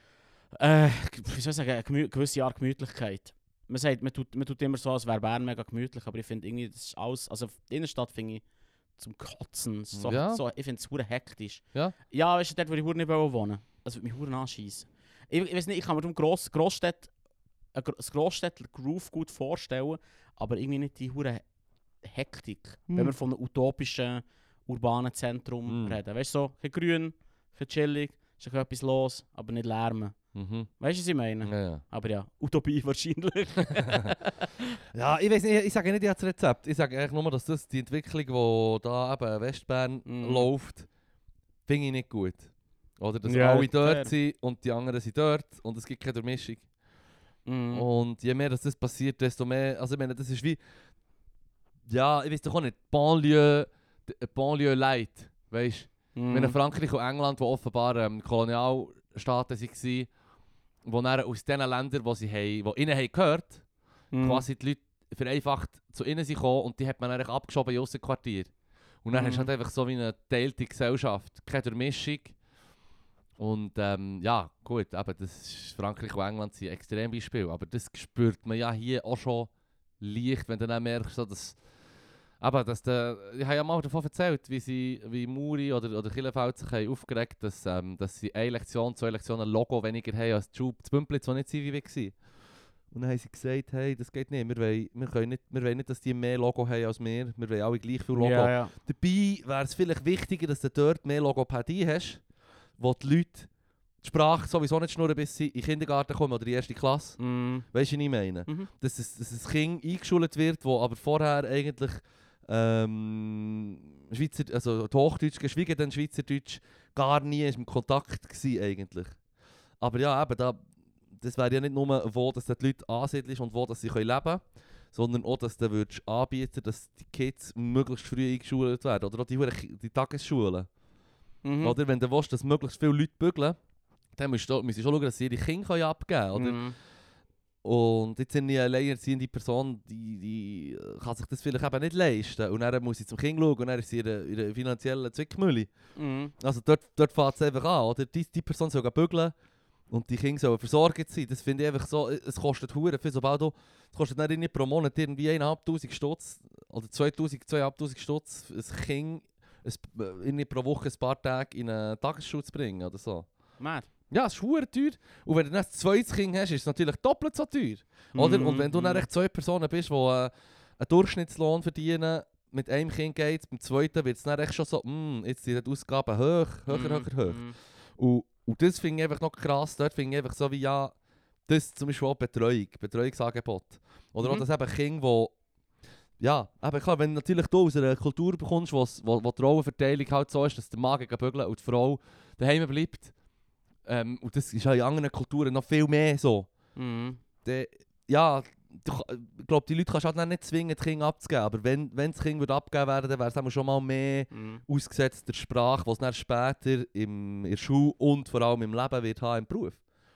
Wie soll ich sagen, eine gewisse Art Gemütlichkeit. Man sagt, man tut immer so, als wäre Bern mega gemütlich, aber ich finde irgendwie, das ist alles, also die Innenstadt finde ich zum Kotzen, so, Ja. so, ich finde es verdammt hektisch. Ja. Ja, weißt du, dort würde ich verdammt nicht wohnen. Das würde mich verdammt anschiessen. Ich weiß nicht, ich kann mir darum ein Grossstädtler Groove gut vorstellen, aber irgendwie nicht die verdammt Hektik, wenn wir von einem utopischen urbanen Zentrum reden. Weißt du, so, ein grün, ein chillig, ist etwas los, aber nicht lärmen. Mhm. Weißt du, was ich meine? Ja. Aber ja, Utopie wahrscheinlich. Ja, ich weiß nicht, ich sage nicht, ich habe das Rezept. Ich sage eigentlich nur, dass das die Entwicklung, die da eben in Westbern läuft, finde ich nicht gut. Oder dass Ja, alle dort fair. sind und die anderen sind dort und es gibt keine Durchmischung. Und je mehr dass das passiert, desto mehr, also ich meine, das ist wie, ja, ich weiß doch auch nicht, Banlieue Light, weißt du? Wenn Frankreich und England, die offenbar Kolonialstaaten waren, wo dann aus den Ländern, die ihnen haben gehört, quasi die Leute vereinfacht zu ihnen sind gekommen und die hat man eigentlich abgeschoben in Aussenquartier. Und dann hast du halt einfach so wie eine geteilte Gesellschaft, keine Durchmischung. Und ja, gut, aber das ist Frankreich und England sind Extrembeispiele, aber das spürt man ja hier auch schon leicht, wenn du dann merkst, so, dass ich habe ja mal davon erzählt, wie Muri oder Killenfeld sich haben aufgeregt, dass sie eine Lektion, 2 Lektionen Logo weniger haben als die Schule, das Bümplitz, die nicht Zivi war. Und dann haben sie gesagt, hey, das geht nicht, wir wollen nicht, dass die mehr Logo haben als wir wollen alle gleich viel Logo. Ja. Dabei wäre es vielleicht wichtiger, dass du dort mehr Logopädie hast, wo die Leute die Sprache sowieso nicht schnurren, bis sie in den Kindergarten kommen oder in die 1. Klasse. Weißt du, was ich meine? Dass ein Kind eingeschult wird, das aber vorher eigentlich also Hochdeutsch, geschweige denn Schweizerdeutsch, gar nie im Kontakt gewesen eigentlich. Aber ja, eben, das wäre ja nicht nur, wo dass die Leute ansiedeln und wo dass sie leben können, sondern auch, dass du anbieten, dass die Kids möglichst früh eingeschult werden. Oder auch die Tagesschulen. Oder wenn du willst, dass möglichst viele Leute bügeln, dann musst du schon schauen, dass sie ihre Kinder abgeben können. Oder? Und jetzt sind eine alleinerziehende Person, die kann sich das vielleicht eben nicht leisten. Und dann muss sie zum Kind schauen und dann ist sie in einer finanziellen Zwickmühle. Also dort fängt es einfach an. Oder? Die Person soll bügeln und die Kinder sollen versorgt sein. Das finde ich einfach so, es kostet verdammt viel. Sobald es kostet nicht pro Monat irgendwie 1'500 Stutz oder 2'500 Stutz, ein Kind pro Woche ein paar Tage in eine Tagesschule zu bringen oder so. Mad. Ja, es ist verdammt teuer. Und wenn du dann ein zweites Kind hast, ist es natürlich doppelt so teuer. Oder? Und wenn du dann echt 2 Personen bist, die einen Durchschnittslohn verdienen, mit einem Kind geht, beim zweiten wird es dann echt schon so, jetzt sind die Ausgaben höher. Und das finde ich einfach noch krass. Dort finde ich einfach so wie, ja, das zum Beispiel auch Betreuungsangebot. Oder auch das eben Kind, wo ja, aber klar, wenn natürlich du aus einer Kultur bekommst, wo die Rollenverteilung halt so ist, dass der Mann gegen bügeln und die Frau daheim bleibt, und das ist ja in anderen Kulturen noch viel mehr so. Ja, ich glaube, die Leute kannst du halt nicht zwingen, das Kind abzugeben. Aber wenn das Kind abgegeben werden würde, wäre es schon mal mehr ausgesetzt der Sprache, die es dann später in der Schule und vor allem im Leben wird haben, im Beruf.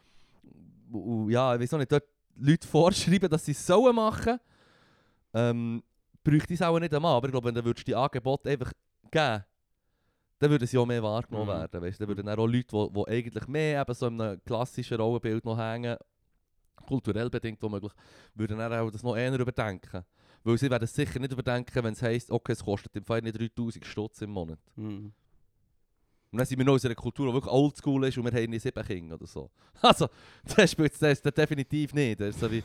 Und ja, ich weiß auch nicht, dort Leute vorschreiben, dass sie es machen sollen, bräuchte es auch nicht einmal. Aber ich glaube, wenn du die Angebote einfach geben, dann würden sie auch mehr wahrgenommen werden. Weißt? Dann würden auch Leute, die eigentlich mehr eben so in einem klassischen Rollenbild noch hängen, kulturell bedingt womöglich, würden dann auch das noch eher überdenken. Weil sie werden es sicher nicht überdenken, wenn es heisst, okay, es kostet im Fall nicht 3'000 Stutz im Monat. Und dann sind wir noch in einer Kultur, die wirklich oldschool ist und wir haben nicht 7 Kinder oder so. Also, das spielt es definitiv nicht. Das ist so wie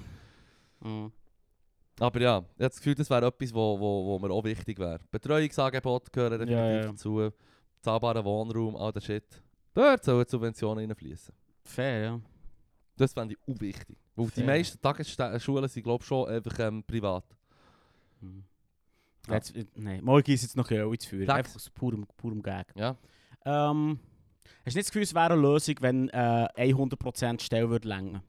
Aber ja, ich habe das Gefühl, das wäre etwas, wo mir auch wichtig wäre. Betreuungsangebote gehören definitiv dazu. Zahlbarer Wohnraum, all der Shit. Dort sollen Subventionen reinfließen. Fair, ja. Das fände ich auch wichtig. Weil die meisten Tagesschulen sind, glaube ich, schon einfach privat. Ja. Nein, morgen ist jetzt noch Öl ins Feuer. Einfach aus purem Gag. Ja. Hast du nicht das Gefühl, es wäre eine Lösung, wenn 100% Stelle würde länger?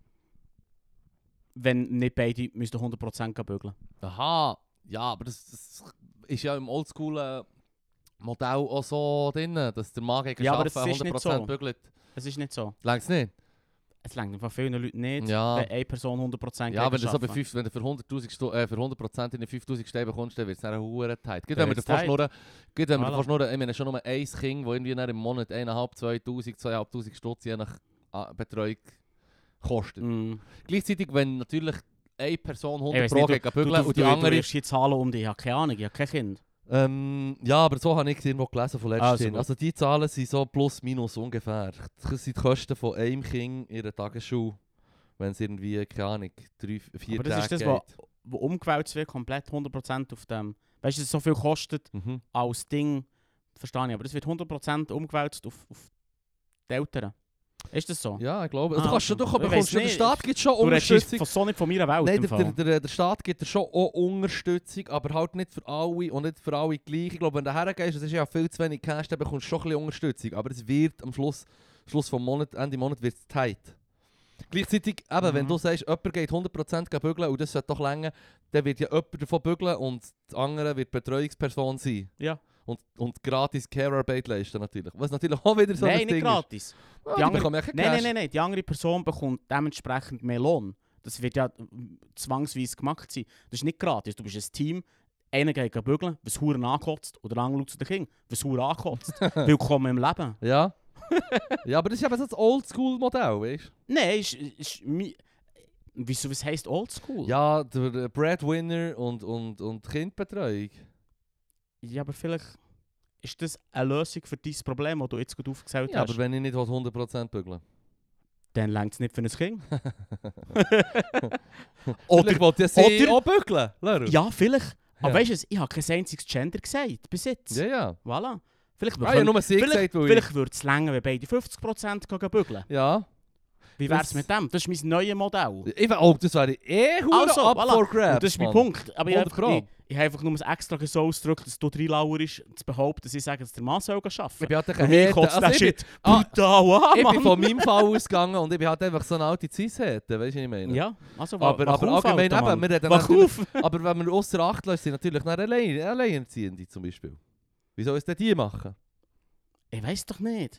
Wenn nicht beide müssten 100% bügeln. Aha, ja, aber das ist ja im Oldschool-Modell auch so drin, dass der Mann gegen aber Arbeiten 100% so. bügelt. Es ist nicht so. Längst nicht? Es längt von vielen Leuten nicht, Ja. wenn eine Person 100% Ja, wenn du so arbeiten. wenn du für 100% in 5'000 Stellen bekommst, dann wird es eine hohe Zeit. Gut, Dann wenn wir wird's fast nur, Voilà. ich meine schon nur ein Kind, das irgendwie im Monat 1'500, 2'000, 2'500 Stutz je nach Betreuung kostet. Gleichzeitig, wenn natürlich eine Person 100 Ich Pro weiss nicht, geht bügeln und die Du andere... wirst hier Zahlen um dich, ich habe keine Ahnung, ich habe kein Kind. Ja, aber so habe ich es irgendwo gelesen von letztem. gut. Also die Zahlen sind so plus minus ungefähr. Das sind die Kosten von einem Kind in der Tagesschule, wenn es irgendwie, keine Ahnung, 3-4 Aber das Tage ist das, wo umgewälzt wird, komplett 100% auf dem... Weißt du, dass es so viel kostet Mhm. als Ding, verstehe ich, aber das wird 100% umgewälzt auf die Eltern. Ist das so? Ja, ich glaube. Also, Also, du ich bekommst weiss der nicht. Staat gibt schon Du redest Unterstützung. so nicht von meiner Welt. Nein, im Fall. der Staat gibt dir schon auch Unterstützung, aber halt nicht für alle und nicht für alle gleich. Ich glaube, wenn du hergehst, es ist ja viel zu wenig Cash, dann bekommst du schon ein bisschen Unterstützung. Aber es wird am Schluss vom Monat, Ende Monat wird es tight. Gleichzeitig, eben, wenn du sagst, jemand geht 100% bügeln und das sollte doch länger, dann wird ja jemand davon bügeln und das andere wird Betreuungsperson sein. Ja. Und gratis Care-Arbeit leisten natürlich. Was natürlich auch wieder so Nein, ein nicht Ding gratis. ist. Die Die andere- bekommen ja keinen Cash. Nein. Die andere Person bekommt dementsprechend mehr Lohn. Das wird ja zwangsweise gemacht sein. Das ist nicht gratis. Du bist ein Team, einer geht bügeln, was Huren ankotzt, oder der andere schaut zu den Kindern, was Huren ankotzt. Willkommen im Leben. Ja. Ja, aber das ist eben so das Oldschool-Modell, weißt du? Nein, was heisst Oldschool? Ja, der Breadwinner und Kindbetreuung. Ja, aber vielleicht ist das eine Lösung für dein Problem, das du jetzt gerade aufgezählt Ja, hast. aber wenn ich nicht 100% bügeln Dann reicht es nicht für ein Kind. Oder wollte ja sie oder- auch bügeln, Leru. Ja, vielleicht. Aber Ja. weißt du, ich habe kein einziges Gender gesagt bis jetzt. Ja. Voilà. Vielleicht, Ah, ja, nur sie gesagt, weil ich... vielleicht würde es länger, wenn beide 50% gehen bügeln. Ja. Wie wär's Das- mit dem? Das ist mein neues Modell. Das wäre hure Also, up voilà. for grabs, Und das ist mein Mann. Punkt. Aber ich 100 Pro. habe einfach nur extra so ausgedrückt, dass du reinlauer ist, zu behaupten, dass ich sage, dass der Mann soll arbeiten Ich soll. bin halt Und ein mir Härte. kotzt der Also ich Shit brutal an, bin Mann. von meinem Fall ausgegangen und ich bin halt einfach so eine alte Cis-Häte, weißt du, was ich meine? Ja, also Aber wach auf, allgemein Alter, eben, Mann. wir reden Wach natürlich, auf! aber wenn wir ausser Acht lassen, sind natürlich noch Alleinerziehende zum Beispiel. Wie soll es denn die machen? Ich weiß doch nicht.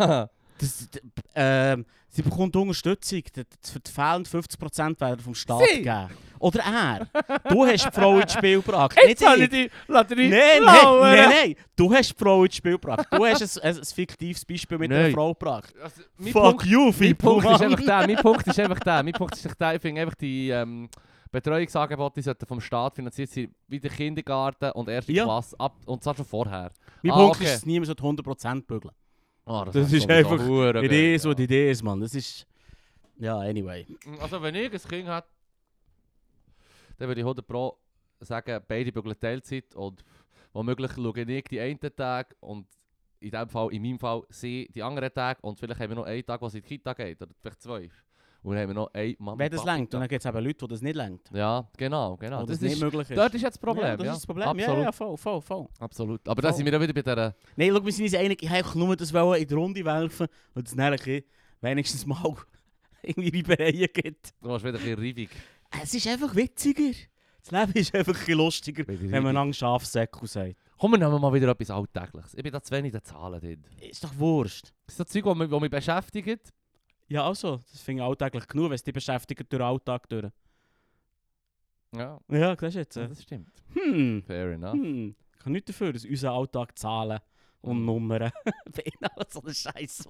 Sie bekommt Unterstützung. Für die fehlenden 50% werden vom Staat Sie? gegeben. Oder er. Du hast die Frau ins Spiel gebracht. Jetzt habe ich die Lotterie Nein. Du hast die Frau ins Spiel gebracht. Du hast ein fiktives Beispiel mit einer Nein. Frau gebracht. Also, Fuck you, Mein Fippo, Punkt ist Mann. einfach der. Mein Punkt ist ich finde einfach die Betreuungsangebote die sollten vom Staat finanziert sein, wie der Kindergarten und erste Ja. Klasse, und zwar schon vorher. Mein Ah, Punkt okay. ist, dass niemand 100% bügeln. Oh, Das wäre ist sowieso einfach- hure Die geil, Idee ist, ja. was die Idee ist, Mann. Das ist... Ja, anyway. Also wenn ich ein Kind hätte, dann würde ich 100 Pro sagen, beide bügeln Teilzeit und womöglich schaue ich die einen Tag und in meinem Fall sie die anderen Tage und vielleicht haben wir noch einen Tag, wo sie in die Kita geht, oder vielleicht 2. Und dann haben wir noch einen Mama Wenn das Papa längt, und Tag. dann gibt es eben Leute, die das nicht längt. Ja, genau. Wo Das das nicht ist, möglich ist. dort ist jetzt das Problem. Ja, das ist das Problem. Absolut. Ja, voll. Absolut. Aber da sind wir ja wieder bei dieser... Nein, schau, wir sind uns einig, ich wollte nur das in die Runde werfen und es dann wenigstens mal irgendwie Reibereien gibt. Du hast wieder ein bisschen reibig. Es ist einfach witziger. Das Leben ist einfach ein bisschen lustiger, Wieder wenn man reibig. einen Schafsäckel sagt. Komm, wir nehmen mal wieder etwas Alltägliches. Ich bin da zu wenig in den Zahlen drin. Ist doch Wurscht. Das ist so Zeug, das mich beschäftigt. Ja, also, das finde ich alltäglich genug, wenn es dich beschäftigt durch den Alltag durch. Ja, Ja, das ist jetzt. das stimmt. Fair enough. Ich kann nichts dafür, dass unser Alltag Zahlen und Nummern beinhaltet. So ein Scheiß,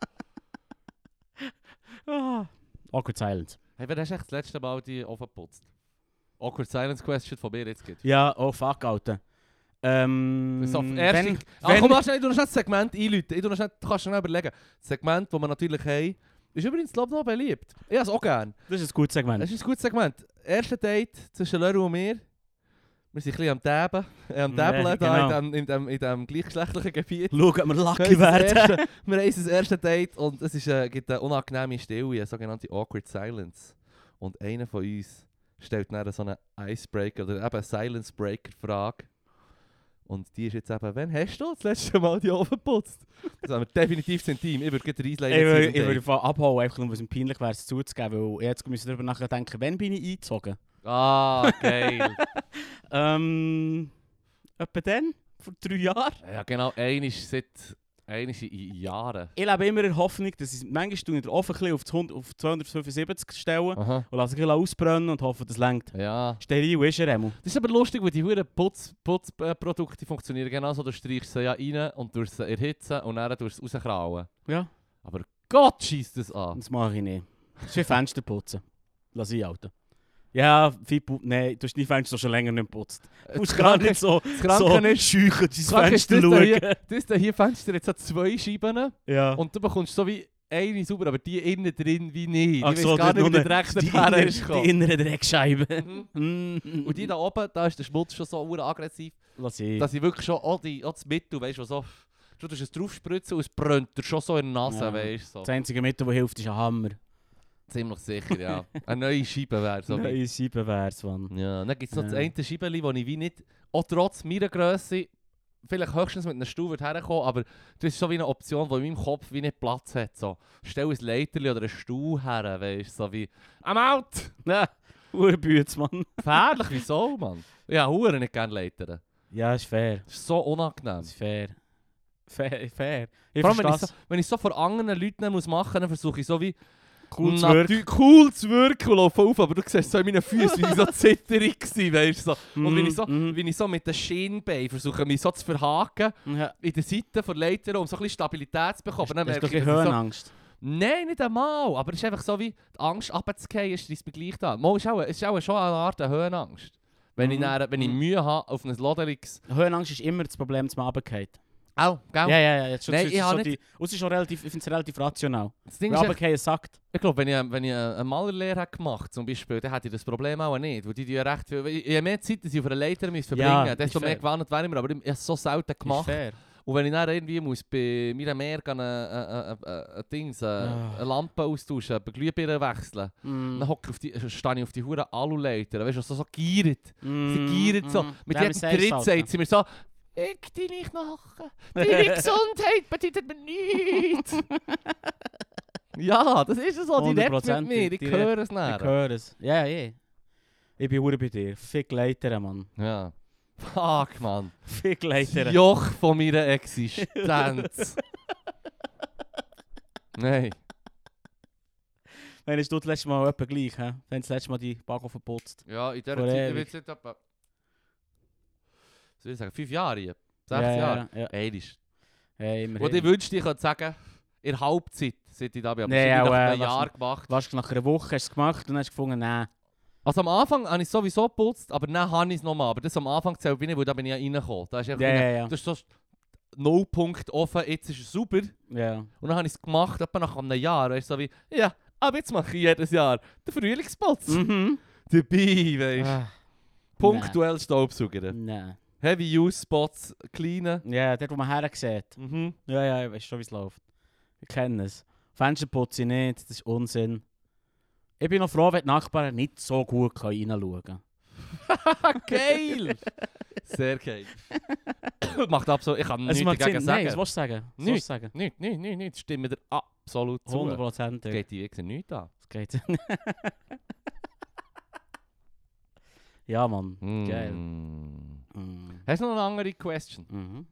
Mann. Awkward Silence. Hey, wer hast echt das letzte Mal die Ofen geputzt? Awkward Silence Question von mir jetzt gibt. Ja, oh fuck, Alter. Das ist auf erste... wenn- Komm, du noch schnell das Segment einläuten. Du kannst schnell überlegen. Das Segment, das wir natürlich haben, ist übrigens, glaube ich, noch beliebt. Ich habe es auch gerne. Das ist ein gutes Segment. Es ist ein gutes Segment. Erste Date zwischen Leru und mir. Wir sind ein bisschen am Taben, Ja, da genau. in dem gleichgeschlechtlichen Gebiet. Schau, ob wir Wir lucky haben werden. wir haben unser erstes Date und es ist, gibt eine unangenehme Stille, eine sogenannte Awkward Silence. Und einer von uns stellt dann so eine Icebreaker oder eben eine Silence Breaker Frage. Und die ist jetzt eben, wann hast du das letzte Mal die Ofen geputzt? Das haben wir definitiv zu intim. Ich würde gleich den Eisleiter Ich würde von abhauen, einfach nur, was ihm peinlich wäre, es zuzugeben, weil ich jetzt müssen darüber nachdenken, wann bin ich eingezogen? Ah, geil. Etwa dann? Vor 3 Jahren? Ja, genau. Einmal in Jahren. Ich lebe immer in der Hoffnung, dass ich manchmal den Ofen ein bisschen auf 275 stellen Aha. und lasse ihn ausbrennen und hoffe, das längt. Ja. Steril ist er, Emo. Das ist aber lustig, weil die huren Putzprodukte funktionieren genauso. Du streichst sie ja rein und durch sie erhitzen und dann durch es rauskrauen. Ja. Aber Gott, schießt das an. Das mache ich nicht. Das ist wie Fenster putzen. Lass ich, Alter. Ja, nein, du hast die Fenster schon länger nicht geputzt. Du musst gar nicht so scheuchen, dein Fenster schauen. Das hier Fenster jetzt hat 2 Scheiben Ja. und du bekommst so wie eine sauber, aber die innen drin wie nicht. Ach Ich so, weiß gar nicht, wie der Dreck daher ist die gekommen. innere Dreckscheibe. Und die da oben, da ist der Schmutz schon so aggressiv, Lass ich. dass ich wirklich schon auch das Mittel, weißt du, so... Du tust es draufspritzen und es brennt dir schon so in der Nase, Ja. weißt du. So. Das einzige Mittel, das hilft, ist ein Hammer. Ziemlich sicher, ja. Eine neue Scheibe wäre so. Neue Scheibe wär's, Mann. Ja, dann gibt es noch das Ja. eine Scheibeli, das ich wie nicht, auch trotz meiner Grösse, vielleicht höchstens mit einem Stuhl herkommen, aber das ist so wie eine Option, die in meinem Kopf wie nicht Platz hat. So. Stell ein Leiterli oder einen Stuhl her, weißt du, so wie «I'm out!» Ja, Uhrenbütz, Mann. Gefährlich, wieso, Mann? Ja, Huren nicht gerne Leitern. Ja, ist fair. Das ist so unangenehm. Das ist fair. Fair. Ich Vor allem, verstehe wenn ich so vor anderen Leuten muss machen muss, dann versuche ich so wie cool zu wirken. cool zu wirken und laufe auf, aber du siehst so in meinen Füßen, wie ich so zitterig war, weißt du. So. Und wenn ich so mit den Schienbeinen versuche, mich so zu verhaken, Ja. in der Seite der Leiter, um so ein bisschen Stabilität zu bekommen. Dann Hast du merke doch ich, ein dass ich Höhenangst? Nein, nicht einmal, aber es ist einfach so wie, die Angst runterzugehen, ist mir gleich da. Mal ist auch schon eine Art Höhenangst. Wenn ich Mühe habe auf ein loderiges... Höhenangst ist immer das Problem, dass man runterfällt. Auch, gell? Ja. Jetzt schon, Nein, das ich ist habe so nicht... ich finde es relativ rational. Das Ding Weil ist echt, runterfallen sagt. ich glaube, wenn ich eine Malerlehre gemacht zum Beispiel, dann hätte ich das Problem auch nicht. Weil die recht viel... Je mehr Zeit ich auf einer Leiter verbringen Ja, muss, desto ist mehr fair. gewandt wäre ich mir. Aber ich habe es so selten Ist gemacht. fair. Und wenn ich dann irgendwie muss bei mir mehr eine Lampe austauschen, eine Glühbirne wechseln, dann stehe ich auf die Hure Aluleiter, weißt du, so giert. Sie giert so. Mit jedem Tritt sagt sie mir so, ich deine Knochen, deine Gesundheit bedeutet mir nichts. Ja, das ist so, die redet mit mir, ich höre es Ich nicht. höre es. Ja. Ich bin hure bei dir. Fick Leiter, Mann. Ja. Fuck, Mann. Fick Leiter. Das Joch von meiner Existenz. Nein. Wenn du das letzte Mal etwa gleich, hä? Wenn du das letzte Mal die Backofen verputzt. Ja, in dieser Vor Zeit, ewig. ich will jetzt nicht etwa... Was soll ich sagen, 5 Jahre hier? 6 Jahre? Ja. Einisch. Hey, immerhin. Und ich wünschte, ich könnte sagen, in der Halbzeit, seit ich da bin, aber Nee, das habe ich auch, nach einem was- Jahr gemacht. Warst du nach einer Woche hast du es gemacht und dann hast du gefunden, nein. Also am Anfang habe ich es sowieso geputzt, aber dann habe ich es nochmal. Aber das am Anfang zählt bin ich, weil da bin ich ja reingekommen. Da ist einfach Ja. das ist so Nullpunkt offen, jetzt ist es sauber. Ja. Und dann habe ich es gemacht, etwa nach einem Jahr. Weißt du, so wie, ja, aber jetzt mache ich jedes Jahr den Frühlingsputz. Mhm. Dabei, weißt du. Ah, Punktuell Staubsauger. nein. Heavy Use Spots, kleine. Ja, dort wo man her sieht. Mhm. Ja, ich weiß schon, wie es läuft. Ich kenne es. Fenster putze ich nicht, das ist Unsinn. Ich bin noch froh, wenn die Nachbarn nicht so gut reinschauen können. Geil! Sehr geil. Macht absolut. Ich kann nichts dagegen sagen. Nein, was willst du sagen? Was willst du sagen? Nicht. Stimme dir absolut zu. 100%. Geht die Wichser nichts an. Das geht. Ja, Mann. Geil. Hast du noch eine andere Question? Mhm.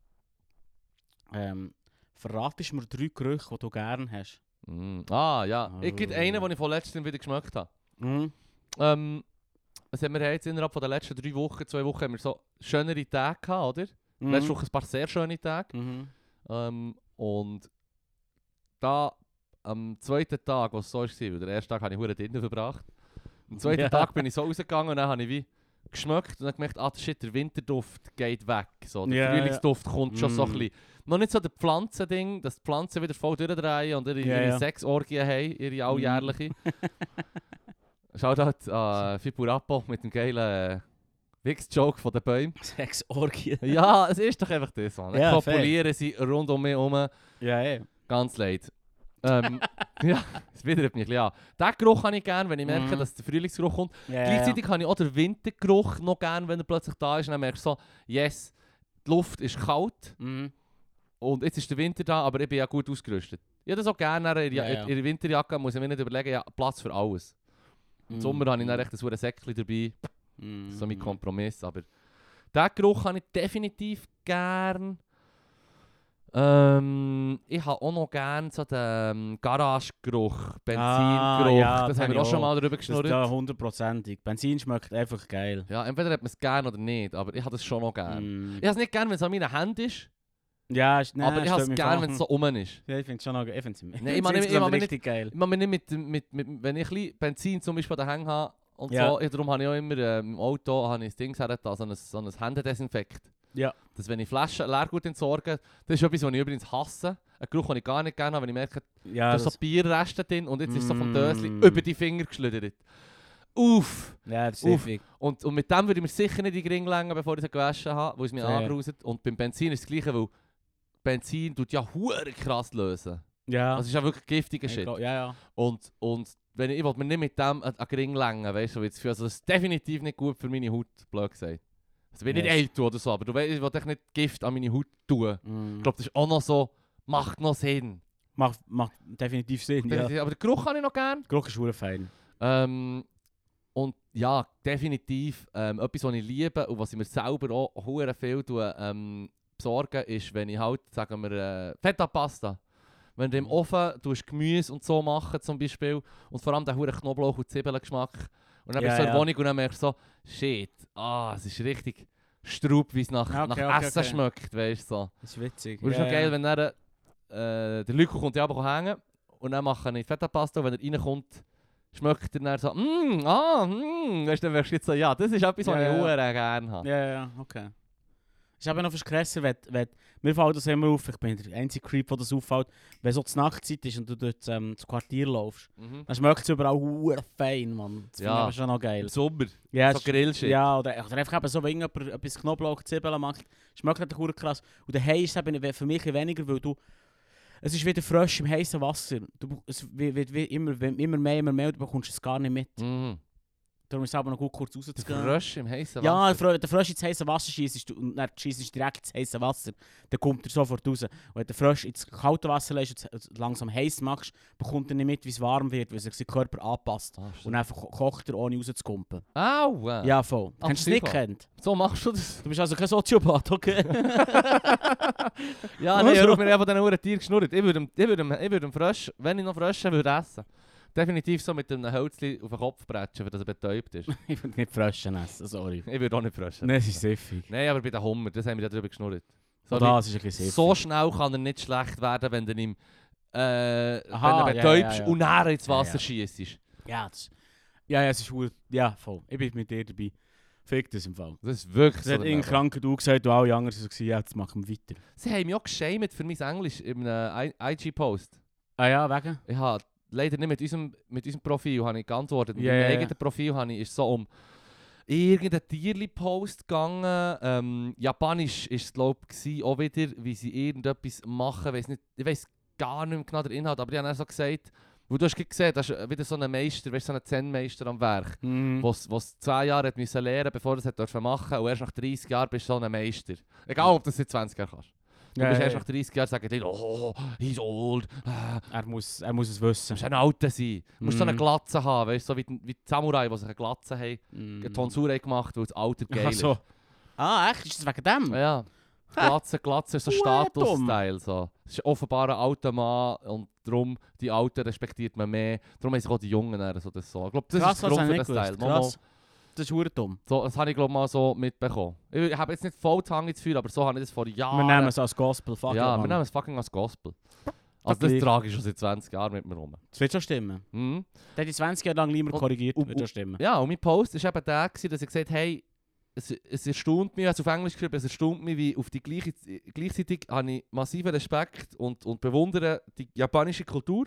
Verratest du mir 3 Gerüche, die du gerne hast? Ah, ja. Ich gibt einen, den ich von letztem wieder geschmeckt habe. Mhm. Was haben wir jetzt innerhalb der letzten 3 Wochen, 2 Wochen, haben wir so schönere Tage gehabt, oder? Letzte Woche ein paar sehr schöne Tage. Mhm. Und da am zweiten Tag, was so war, weil der erste Tag habe ich verdammt drinnen verbracht. Am zweiten Ja. Tag bin ich so rausgegangen und dann habe ich wie geschmeckt und dann gemerkt, shit, der Winterduft geht weg. So, der Ja, Frühlingsduft kommt schon so ein Mm. bisschen. Noch nicht so der Pflanzending, dass die Pflanzen wieder voll durchdrehen und ihre Sexorgien haben, ihre alljährliche. Shoutout an Fipurapo mit dem geilen Wix-Joke von den Bäumen. 6 Orgien. Ja, es ist doch einfach das, man. Ja, Kopulieren sie rund um mich herum. Ja. Ganz leid. Ja, es widert mich ein bisschen an. Den Geruch habe ich gerne, wenn ich merke, Mhm. dass der Frühlingsgeruch kommt. Ja. Gleichzeitig habe ich auch den Wintergeruch noch gerne, wenn er plötzlich da ist. Und dann merke ich so, yes, die Luft ist kalt Mhm. und jetzt ist der Winter da, aber ich bin ja gut ausgerüstet. Ich habe das auch gerne. In der Winterjacke muss ich mir nicht überlegen, ja, Platz für alles. Im Sommer habe ich dann recht ein verdammtes Säckchen dabei. Das ist so mein Kompromiss. Aber diesen Geruch habe ich definitiv gern. Ich habe auch noch gerne so den Garagegeruch, Benzingeruch. Ja, das haben wir auch schon mal darüber geschnurrt. Ja, 100%. Benzin schmeckt einfach geil. Ja, entweder hat man es gerne oder nicht, aber ich habe das schon noch gerne. Mm. Ich habe es nicht gerne, wenn es an meinen Händen ist. Ja, aber ich habe es gerne, wenn es so rum ist. Ja, ich finde es schon noch geil. Ich finde Nein, ich meine richtig geil. Ich meine nicht wenn ich ein bisschen Benzin zum Beispiel an den Hängen habe und Ja. so, darum habe ich auch immer im Auto habe ich das Ding hergetan, so ein Händedesinfekt. Ja. Dass wenn ich Flaschen leer gut entsorge, das ist etwas, was ich übrigens hasse. Ein Geruch, den ich gar nicht gerne habe, wenn ich merke, Ja, da ist so Bierreste drin und jetzt ist so vom Dösli Mm. über die Finger geschlittert. Uff! Ja, das ist Uff. ewig. Und mit dem würde ich mir sicher nicht in die Ring längen, bevor ich sie gewaschen habe, weil es mich Fair. angruselt. Und beim Benzin ist das Gleiche, weil Benzin tut ja hure krass lösen. Ja. Das ist ja wirklich giftiger Shit. Ja. Und wenn ich will mir nicht mit dem an den Ring längen, weißt du, so wie das Gefühl, also das ist definitiv nicht gut für meine Haut, blöd gesagt. Also wenn ich nicht Yes. alt tue oder so, aber du weißt, ich will echt nicht Gift an meine Haut tun. Mm. Ich glaube, das ist auch noch so, macht noch Sinn. Macht definitiv Sinn, ja. Aber den Geruch habe ich noch gern. Geruch ist verdammt fein. Und ja, definitiv etwas, was ich liebe und was ich mir selber auch hure viel besorge, ist, wenn ich halt, sagen wir, Feta-Pasta. Wenn du im Ofen Gemüse und so machen zum Beispiel und vor allem den hure Knoblauch- und Zwiebeln-Geschmack. Und dann bist du in der Wohnung und dann merkst du so, shit, es ist richtig Straub, wie es nach Essen schmeckt, weißt du so. Das ist witzig. Und es ist schon geil, wenn dann der Lüko kommt ja aber hängen und dann mache ich Feta-Pasta und wenn er reinkommt, schmeckt er dann so, weißt du, dann merkst du jetzt so, ja, das ist etwas, was ich hure gerne habe. Ja, okay. Ich habe noch fast krasser, wenn mir fällt das immer auf, ich bin der einzige Creep, der das auffällt, wenn so die Nachtzeit ist und du dort ins Quartier laufst, dann schmeckt es überall hure fein, Mann. Das finde ich aber schon noch geil. Im Sommer, Ja, so Grillshit. Ja, oder einfach eben so, wenn jemand etwas Knoblauch, Zwiebeln macht, schmeckt das hure krass. Und daheim ist es eben für mich weniger, weil es ist wieder frisch im heißen Wasser. Es wird immer mehr und du bekommst es gar nicht mit. Darum ist es aber noch gut, kurz rauszugehen. Frisch im heißen Wasser? Ja, der Frisch ins heiße Wasser schießt und dann schießt direkt ins heiße Wasser. Dann kommt er sofort raus. Und wenn der Frisch ins kalte Wasser lässt und es langsam heiß machst, bekommt er nicht mit, wie es warm wird, weil sich sein Körper anpasst. Und einfach kocht er, ohne rauszukumpen. Aua! Ja, voll. Ach, Kennst du es nicht kennt? So machst du das? Du bist also kein Soziopath, okay? Ja, nee, ich habe mir einfach diesen Uhren Tier geschnurrt. Ich würde Frösch, wenn ich noch Frösche würde essen, definitiv so mit einem Hölzchen auf den Kopf bretschen, dass er betäubt ist. Ich würde nicht Fröschen essen, sorry. Ich würde auch nicht Fröschen. Nein, das ist siffig. Nein, aber bei den Hummer, das haben wir ja drüber geschnurrt. So, Das ist ein bisschen siffig. so schnell kann er nicht schlecht werden, wenn du ihm Aha, wenn er betäubst ja. und dann ins Wasser Ja. schießt. Ja, es ist gut. Ja, voll. Ich bin mit dir dabei. Fick das im Fall. Das ist wirklich Das hat irgendein kranker Du gesagt und alle anderen waren so, ja, jetzt machen wir weiter. Sie haben mich auch geschämt für mein Englisch in einem IG-Post. Ah ja, wegen? Ich habe leider nicht mit unserem Profil habe ich geantwortet. Mit Ja, meinem ja. eigenen Profil ist es so um irgendeinen Tierli-Post gegangen. Japanisch war es, glaube ich, auch wieder, wie sie irgendetwas machen. Ich weiss gar nicht mehr genau den Inhalt, aber die haben auch so gesagt, wo du hast gesehen, da ist wieder so ein Meister, weißt, so ein Zen-Meister am Werk, was 2 Jahre hat müssen lernen, bevor er es machen durfte, und erst nach 30 Jahren bist du so ein Meister. Egal, ob du das seit 20 Jahren kannst. Du bist erst nach 30 Jahren sagen die Leute, oh, he's old. Er muss es wissen. Du musst ein Alter sein. Du musst so eine Glatze haben, weißt, so wie die Samurai, die sich eine Glatze haben, eine Tonsur gemacht, weil das Alter geil ist. So. Ah, echt? Ist das wegen dem? Ja. Glatze ist so Status-Style. So. Es ist offenbar ein alter Mann und darum, die Alten respektiert man mehr. Darum haben sich auch die Jungen so das so. Ich glaube, das ist der Grund für den Style. Krass. Das ist verdammt dumm. So, das habe ich glaube mal so mitbekommen. Ich habe jetzt nicht voll die Hand ins Feuer, aber so habe ich das vor Jahren... Wir nehmen es als Gospel. Fuck ja, it, wir Mann. nehmen es fucking als Gospel. Also das gleich. trage ich schon seit 20 Jahren mit mir rum. Das wird schon stimmen. Mhm. Der hat die 20 Jahre lang niemand Und- korrigiert, und- wird schon stimmen. Ja, und mein Post war eben der, dass ich gesagt habe, hey, es erstaunt mich, also auf Englisch geschrieben, es erstaunt mich, wie auf die gleichzeitig habe ich massiven Respekt und bewundere die japanische Kultur.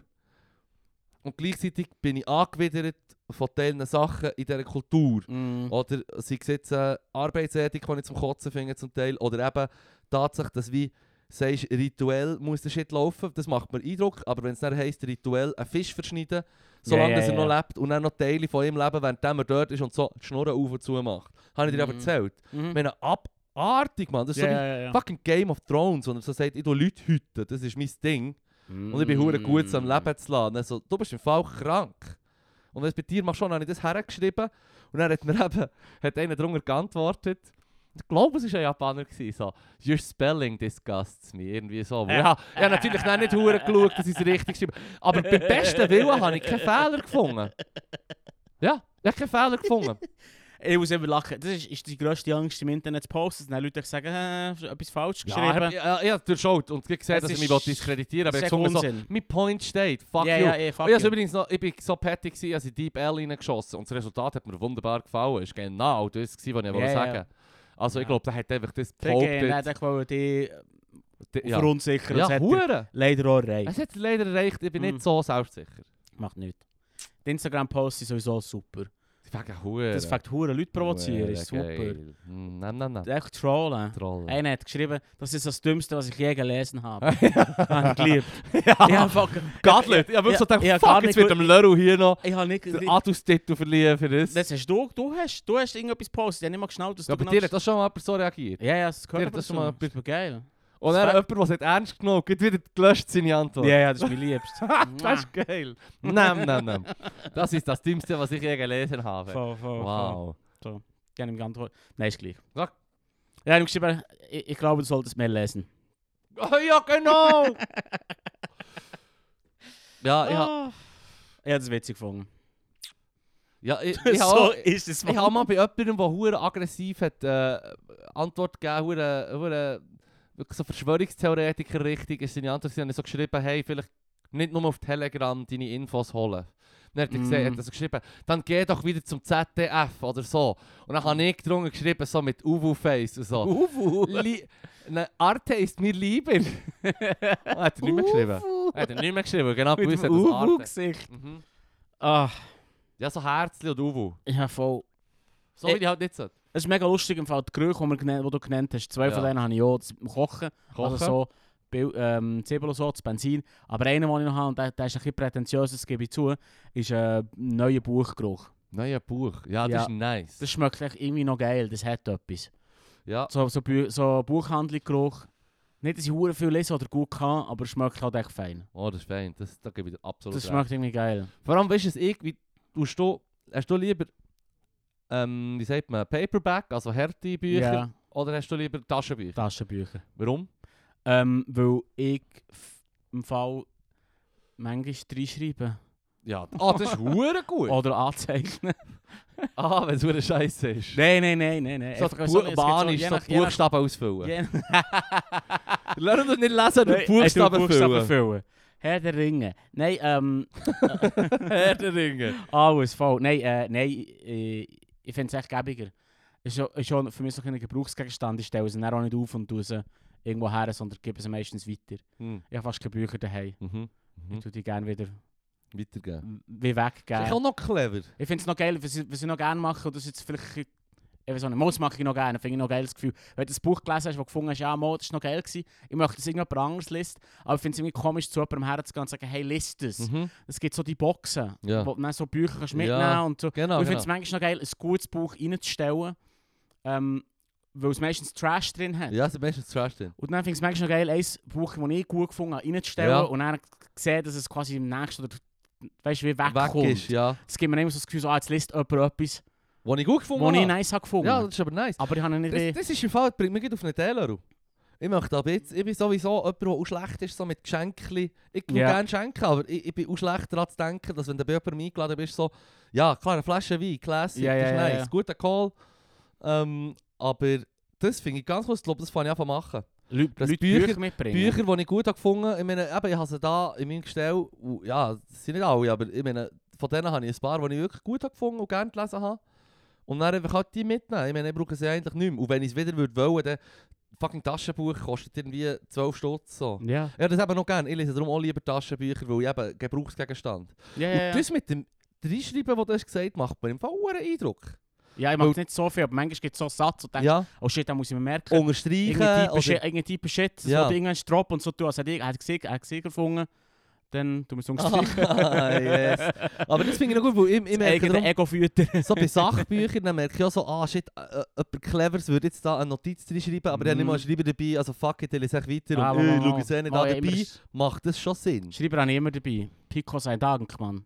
Und gleichzeitig bin ich angewidert von diesen Sachen in dieser Kultur. Mm. Oder sei es jetzt Arbeitsethik, die ich zum Kotzen finde zum Teil, oder eben die Tatsache, dass wie sagst, rituell muss der Shit laufen, das macht mir Eindruck, aber wenn es dann heisst, rituell einen Fisch verschneiden, solange dass er noch lebt und dann noch Teile von ihm leben, während er dort ist und so die Schnurren auf und zu macht. Habe ich dir aber erzählt. Mhm. Ich meine, abartig, Mann. Das ist so wie fucking Game of Thrones, und er so sagt, ich tue Leute hüten, das ist mein Ding. Und ich bin hure gut am Leben zu lassen. Also, du bist im Fall krank. Und wenn es bei dir machst, habe ich das hergeschrieben. Und dann hat mir eben einer drunter geantwortet. Ich glaube, es war ein Japaner. So, your spelling disgusts me. Irgendwie so. Ja, ich habe natürlich noch nicht hure geschaut, dass ich es richtig geschrieben habe. Aber beim besten Willen habe ich keinen Fehler gefunden. Ja, ich habe keinen Fehler gefunden. Ich muss immer lachen. Das ist die grösste Angst im Internet zu posten. Dann Leute sagen, etwas falsch geschrieben. Ja, durchschaut und gesehen, dass ich mich diskreditieren will. Aber ich so, mein Point steht, fuck you. Fuck ich übrigens noch, ich bin so petty gewesen, als ich Deep L reingeschossen und das Resultat hat mir wunderbar gefallen. Das war genau das, was ich wollte sagen. Also ich glaube, der hat einfach das behauptet. Ich wollte die verunsichern. Ja, Hure. Leider auch erreicht. Es hat leider erreicht, ich bin nicht so selbstsicher. Macht nichts. Die Instagram-Posts sind sowieso super. Das fängt Hure Leute provozieren, ist super. Nein. Echt trollen. Einer hat geschrieben, das ist das Dümmste, was ich je gelesen habe. Habe ich geliebt. Ja, fuck. Gadlet. Ich habe wirklich so gedacht, fuck, jetzt wird dem Leru hier noch den Adus-Titel verliehen für das. Das hast du. Du hast irgendetwas gepostet. Ich habe nicht mal geschnallt, dass du bei dir hat das schon mal jemand so reagiert? Ja, das gehört das schon mal. Das ist geil. Und dann jemand, der es nicht ernst genommen hat, wieder gelöscht seine Antwort. Ja, das ist mein Liebst. Das ist geil. Nein. Das ist das Dümmste, was ich je gelesen habe. Wow. So, gerne ihm geantwortet. Nein, ist gleich. Sag. Ja, ich habe geschrieben, ich glaube, du solltest mehr lesen. Oh, ja, genau! Ja, ich habe das witzig gefunden. Ja, ich so ist es. Ich habe mal bei jemandem, der hure aggressiv hat, Antwort gegeben, hure wirklich so Verschwörungstheoretiker richtig ist seine Antwort, sie haben so geschrieben, hey, vielleicht nicht nur auf Telegram deine Infos holen. Dann hat er gesehen, hat er so geschrieben, dann geh doch wieder zum ZDF oder so. Und dann habe ich drunter geschrieben, so mit Uwu-Face und so. Uwu? Arte ist mir lieber. Hat er nicht mehr geschrieben. Hat er nicht mehr geschrieben, genau, bei uns hat das Arte. Uwu-Gesicht. Ja, so Herzli und Uwu. Ja, voll. So wie die halt nicht so. Es ist mega lustig, im Fall die Gerüche, die du genannt hast. 2 von denen habe ich auch zum Kochen. Also so Zwiebeln und so, das Benzin. Aber einer, den ich noch habe, und der ist ein bisschen prätentiös, das gebe ich zu, ist ein neuer Buchgeruch. Neuer Buch? Ja, das ist nice. Das schmeckt irgendwie noch geil, das hat etwas. Ja. So Buchhandlungsgeruch. Nicht, dass ich hure viel lese oder gut kann, aber es schmeckt halt echt fein. Oh, das ist fein. Da gebe ich dir absolut Das schmeckt irgendwie geil. Vor allem, weißt du, hast du lieber wie sagt man, Paperback, also harte Bücher, oder hast du lieber Taschenbücher? Taschenbücher. Warum? Weil ich im Fall manchmal reinschreibe. Ja, das ist hure gut. Oder anzeichnen. Wenn es hure Scheiße ist. Nein. So Banisch, so Buchstaben ausfüllen. Lernen das nicht lesen, du Buchstaben füllen. Herr der Ringe. Nein, Herr der Ringe. Alles voll. Nein, ich finde es echt gäbiger. Es ist schon für mich so ein Gebrauchsgegenstand. Ich stelle sie dann auch nicht auf und tue sie irgendwo her, sondern gebe sie meistens weiter. Ich habe fast keine Bücher daheim. Ich tue die gerne wieder weitergeben. Wie weggeben. Ist auch noch clever. Ich finde es noch geil, was ich noch gerne mache. Und das jetzt vielleicht... Ich weiß auch nicht, das mache ich noch gerne. Finde ich noch geil das Gefühl. Wenn du das Buch gelesen hast, das gefunden hast, ja, das war noch geil gewesen. Ich möchte das irgendjemand anderes lesen. Aber ich finde es irgendwie komisch, zu jemandem herzugehen und zu sagen, hey, liest das. Es gibt so die Boxen, wo du dann so Bücher kannst mitnehmen und so. Genau, und ich finde es manchmal noch geil, ein gutes Buch reinzustellen, weil es meistens Trash drin hat. Ja, es ist meistens Trash drin. Und dann finde ich es manchmal noch geil, ein Buch, das ich gut gefunden habe, reinzustellen und dann sehen, dass es quasi im nächsten oder weißt du, wie wegkommt. Weg ist, ja. Es gibt mir immer so das Gefühl, jetzt liest jemand etwas, was ich gut gefunden habe. Was ich nice habe gefunden. Ja, das ist aber nice. Aber ich habe nicht... Das ist im Fall, bringt mich auf einen Teller. Ich möchte aber jetzt, ich bin sowieso jemand, der auch schlecht ist, so mit Geschenken. Ich will gerne schenken, aber ich bin auch schlecht daran zu denken, dass wenn du bei jemandem eingeladen bist, so, ja klar, eine Flasche Wein, Classic, das ist nice, guter Call. Aber das finde ich ganz gut, ich glaube, das fange ich an machen. Leute Bücher mitbringen. Bücher, die ich gut gefunden habe, ich meine, ich habe sie da in meinem Gestell, ja, das sind nicht alle, aber ich meine, von denen habe ich ein paar, die ich wirklich gut gefunden und gerne gelesen habe. Und dann einfach halt die mitnehmen. Ich meine, ich brauche sie eigentlich nicht mehr. Und wenn ich es wieder wollen, dann fucking Taschenbuch kostet irgendwie 12 Stutz. So. Ja. Ja, das eben noch gerne. Ich lese darum auch lieber Taschenbücher, weil ich eben Gebrauchsgegenstand. Ja, und das mit dem Reinschreiben, was du hast gesagt, macht mir im Fall einen Eindruck. Ja, ich mache es nicht so viel, aber manchmal gibt es so einen Satz und denkst, oh shit, da muss ich mir merken. Unterstreichen. Irgendein Typ Shit, so irgendwann Drop und so tun. Also er hat gesehen gefunden. Dann tun wir es unterstreichen. Yes. Aber das finde ich noch gut, weil ich merke darum, Ego-Fütter. so bei Sachbüchern, dann merke ich auch so, shit, jemand Cleveres würde jetzt da eine Notiz reinschreiben, aber ich habe nicht mal einen Schreiber dabei, also fuck it, ich lese echt weiter und schau es nicht an dabei, macht das schon Sinn. Schreiber habe ich immer dabei. Pico sei Dank, Mann.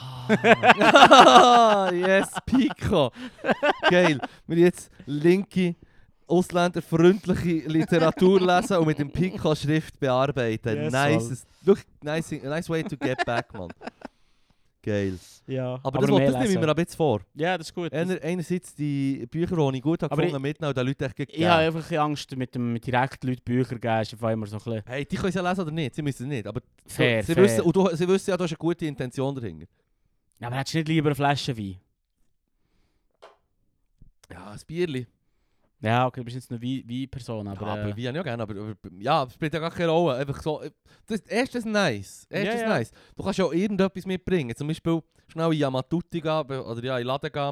Yes, Pico. Geil. Wir jetzt linke, ausländerfreundliche Literatur lesen und mit dem Pico-Schrift bearbeiten. Yes, nice way to get back, man. Geil. Ja, Aber das nehme ich mir aber jetzt vor. Ja, das ist gut. Einerseits die Bücher, die ich gut habe gefunden, mitnehmen und den Leuten echt gegeben. Ich habe einfach ein bisschen Angst, mit direkt Leuten Bücher geben, ist einfach immer so ein bisschen... Hey, die können es ja lesen oder nicht, sie müssen es nicht. Aber Fair, sie fair. wissen, und sie wissen ja, du hast eine gute Intention dahinter. Ja, aber hättest du nicht lieber eine Flasche Wein? Ja, ein Bierli. Ja, okay, du bist jetzt eine Wein-Person, aber... Ja, aber Wein habe ich auch gerne, aber ja, es spielt ja gar keine Rolle. Einfach so, erstes nice. Nice. Du kannst ja auch irgendetwas mitbringen. Zum Beispiel schnell in Yamatuti gehen, oder ja, in den Laden gehen.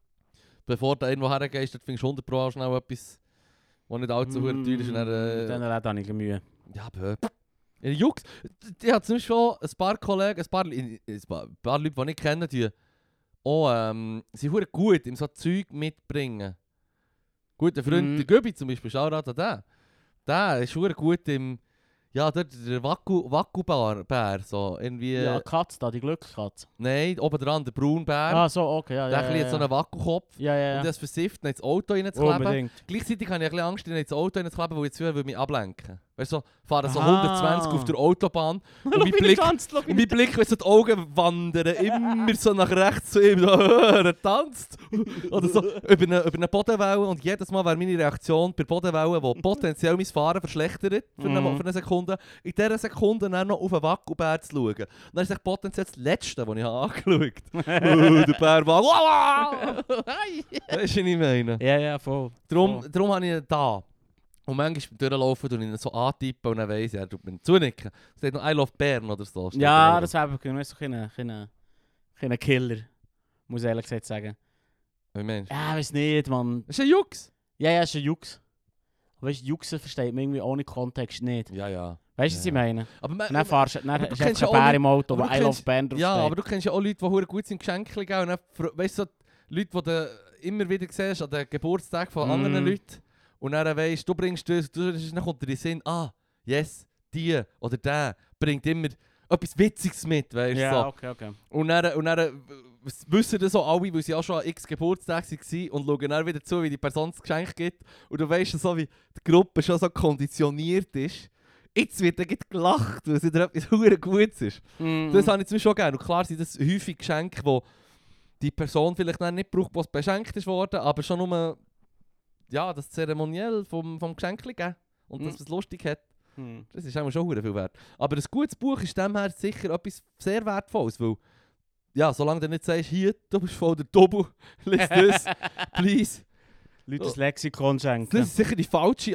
Bevor du irgendwo hergehst, dort findest du 100 Pro schnell etwas, was nicht allzu teuer ist. Und dann habe ich Mühe. Ja, aber... Jux, ich habe zum Beispiel schon ein paar Kollegen, ein paar Leute, die ich kenne, die auch, sind verdammt gut im so Zeug mitbringen. Guter Freund, der Göbi zum Beispiel, schau an den. Der ist verdammt gut im... Ja, dort der Wacku-Bär, so irgendwie... Ja, Katze da, die Glückskatze. Nein, oben dran der Braunbär. Ah, so, okay, ja, Der hat so einen Wackukopf. Ja. Und das versifft, dann ins Auto reinzukleben. Unbedingt. Gleichzeitig habe ich ein bisschen Angst, ins Auto reinzukleben, weil ich zu will mich ablenken. Weißt du, so, fahren so Aha. 120 auf der Autobahn und mein Blick, wenn so die Augen wandern, immer so nach rechts zu ihm, so, er tanzt. Oder so über eine Bodenwelle. Und jedes Mal wäre meine Reaktion bei Bodenwellen, die potenziell mein Fahren verschlechtert für eine Sekunde, in dieser Sekunde dann noch auf den Wackelbär zu schauen. Und dann ist potenziell das Letzte, was ich angeschaut habe. Der Bär war wow! Weißt du, was ich meine? Ja, voll. Darum habe ich ihn da. Und manchmal durchlaufen und ihn so antippen und dann weiss er, tut mir zunicken. Es steht noch I love Bären oder so. Ja, das wäre wirklich so ein Killer, muss ich ehrlich gesagt sagen. Wie meinst du? Ja, weiß nicht, Mann. Das ist ein Jux. Ja, ist ein Jux. Aber weißt du, Juxen versteht man irgendwie ohne Kontext nicht. Ja. Weißt du, was ich meine? Aber Dann hast du kennst einen ja Bär im Auto, aber wo du I love kennst- Bären draufsteht. Ja, aber du kennst ja auch Leute, die verdammt gut sind, Geschenke geben. Und dann, weißt du, so Leute, die du immer wieder siehst an den Geburtstagen von anderen Leuten. Und dann weisst du, bringst das, dann kommt dir in den Sinn, yes, die oder der bringt immer etwas Witziges mit, weißt du. Ja, So. okay. Und dann wissen das auch alle, weil sie auch schon an x Geburtstagen waren und schauen dann wieder zu, wie die Person das Geschenk gibt. Und du weißt so, wie die Gruppe schon so konditioniert ist. Jetzt wird dann gelacht, weil es wieder etwas verdammt Gutes ist. Das habe ich zum Beispiel schon gerne. Und klar sind das häufig Geschenke, die die Person vielleicht dann nicht braucht, was beschenkt ist worden, aber schon nur ja, das Zeremoniell vom Geschenk geben. Und dass es lustig hat. Das ist schon verdammt viel wert. Aber ein gutes Buch ist dem her sicher etwas sehr Wertvolles, weil ja, solange du nicht sagst, hier, du bist voll der Dobu, lies das, please. Leute das Lexikon schenken. Das ist sicher die falsche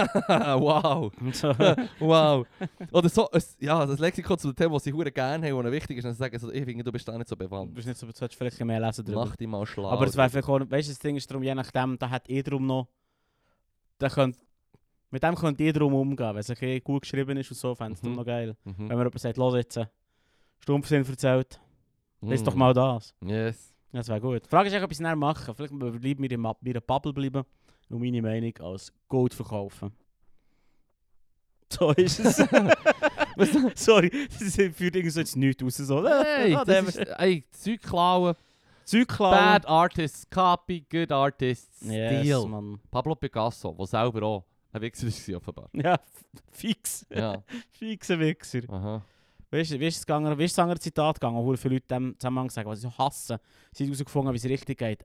wow. Wow. Oder so, das Lexikon zu dem Thema, das sie verdammt gerne haben, was wichtig ist, und sagen, also, ich finde, du bist da nicht so bewandt. Du bist nicht so, du solltest vielleicht mehr lesen drüber. Mach dich mal schlau. Aber es wäre vielleicht auch, weißt du, das Ding ist darum, je nachdem, da hat darum noch, mit dem könnt ihr darum umgehen, wenn es okay, gut geschrieben ist und so, fände ich es noch geil. Wenn mir jemand sagt, los jetzt, Stumpfsinn erzählt, lies doch mal das. Yes. Das wäre gut. Die Frage ist, ob ich es näher machen. Vielleicht bleiben wir in meiner Bubble bleiben und meine Meinung als Gold verkaufen. So ist es. Sorry, das führt irgendwie so jetzt nichts raus. So. Hey, das ist, Zeug klauen. Zeug klauen. Bad Artists, Copy, Good Artists, Yes, Steal. Mann. Pablo Picasso, der selber auch ein Wichser war, offenbar. Ja, fix. Ja. Fixer Wichser. Aha. Weißt du, wie ist das andere Zitat gegangen, wo viele Leute dem Zusammenhang sagen, was sie so hassen? Sie haben herausgefunden, wie es richtig geht.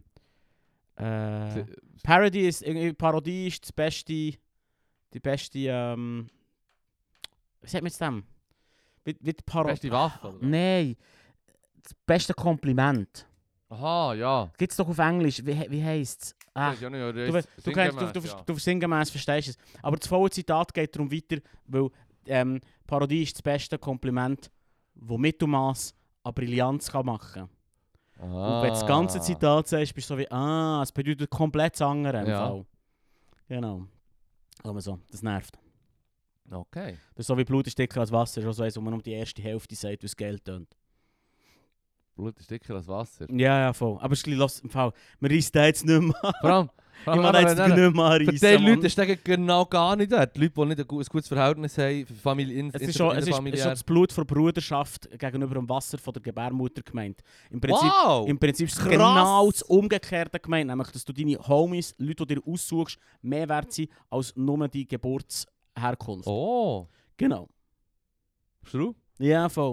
Parodie ist das beste, die beste, wie sagt man jetzt dem? Wie die Beste Waffe, oder? Nein, das beste Kompliment. Aha, ja. Gibt es doch auf Englisch, wie heisst es? Das ist ja nicht, Du sinngemäß verstehst es. Aber das volle Zitat geht darum weiter, weil Parodie ist das beste Kompliment, das Mittelmaß an Brillanz kann machen kann. Und wenn du das ganze Zitat sagst, bist du so wie, es bedeutet komplett das andere im Fall. Genau. Aber so, das nervt. Okay. Das ist so wie Blut ist dicker als Wasser, das ist auch so eins, wo man um die erste Hälfte sagt, wie es Geld tönt. Blut ist dicker als Wasser. Ja, voll. Aber es ist los im Fall. Man reisst den jetzt nicht mehr an. Vor allem Ich mache jetzt nicht mehr anreissen. Für die Leute ist das genau gar nicht dort. Die Leute, die nicht ein gutes Verhältnis haben, es ist schon das Blut von Bruderschaft gegenüber dem Wasser von der Gebärmutter gemeint. Im Prinzip ist es genau das Umgekehrte gemeint. Nämlich, dass du deine Homies, Leute, die du dir aussuchst, mehr wert sind als nur die Geburtsherkunft. Oh. Genau. Bist du? Ja, voll.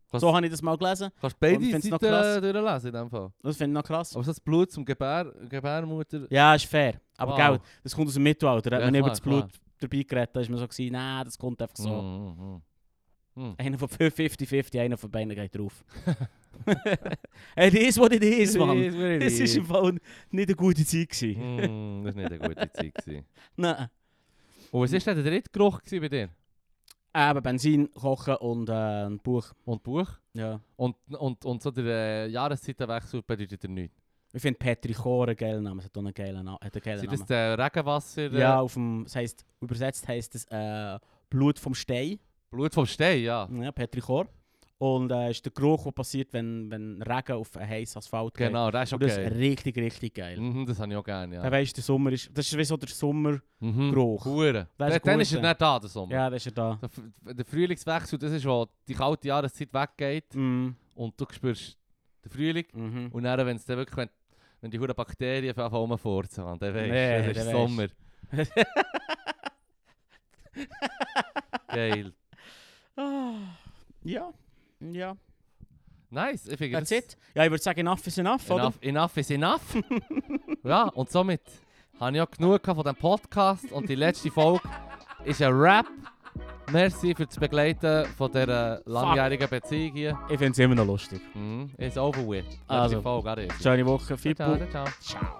So habe ich das mal gelesen. Kannst du beide Und ich find's noch Seiten krass. durchlesen in dem Fall? Das finde ich noch krass. Aber so das Blut zum Gebärmutter... Ja, ist fair. Aber Wow. gell, das kommt aus dem Mittelalter. Da hat Ja, man nicht über klar, das Blut dabei geredet. Da ist man so gewesen, nein, das kommt einfach so. Einer von 50-50, einer von beiden geht drauf. It is what it is, Mann. Es war im Fall nicht eine gute Zeit gewesen. Das war nicht eine gute Zeit gewesen. Nein. Und was war denn der dritte Geruch gewesen bei dir? Eben Benzin, Kochen und ein Buch. Und Buch? Ja. Und so der Jahreszeitenwechsel bedeutet er nichts? Ich finde Petrichor einen geilen Namen. Es hat auch einen geilen Namen. Sind das der Regenwasser? Ja, das heisst, übersetzt heisst es Blut vom Stein. Blut vom Stein, ja. Ja, Petrichor. Und ist der Geruch, der passiert, wenn Regen auf einen heißen Asphalt geht. Genau, das ist Und das okay. ist richtig, richtig geil. Das habe ich auch gerne, ja. Dann weisst du, der Sommer ist... Das ist wie so der Sommergeruch. Hure. Das ist Dann gut, ist er ja. nicht da, der Sommer. Ja, das ist er da. Der Frühlingswechsel, das ist, wo die kalte Jahreszeit weggeht Mm. und du spürst den Frühling. Mhm. Und dann, wenn es dann wirklich, wenn die huren Bakterien anfangen rumfurzen, dann weißt du, Nee, das ist dann Sommer. Geil. Ja. Ja. Nice, ich finde That's it. Ja, ich würde sagen, enough is enough, oder? Enough is enough. Ja, und somit habe ich auch genug von diesem Podcast und die letzte Folge ist ein Rap. Merci für das Begleiten von dieser langjährigen Beziehung hier. Ich finde es immer noch lustig. Ist over with. Letzte Also, Folge, schöne Woche, viel Ciao, Glück. ciao. Ciao.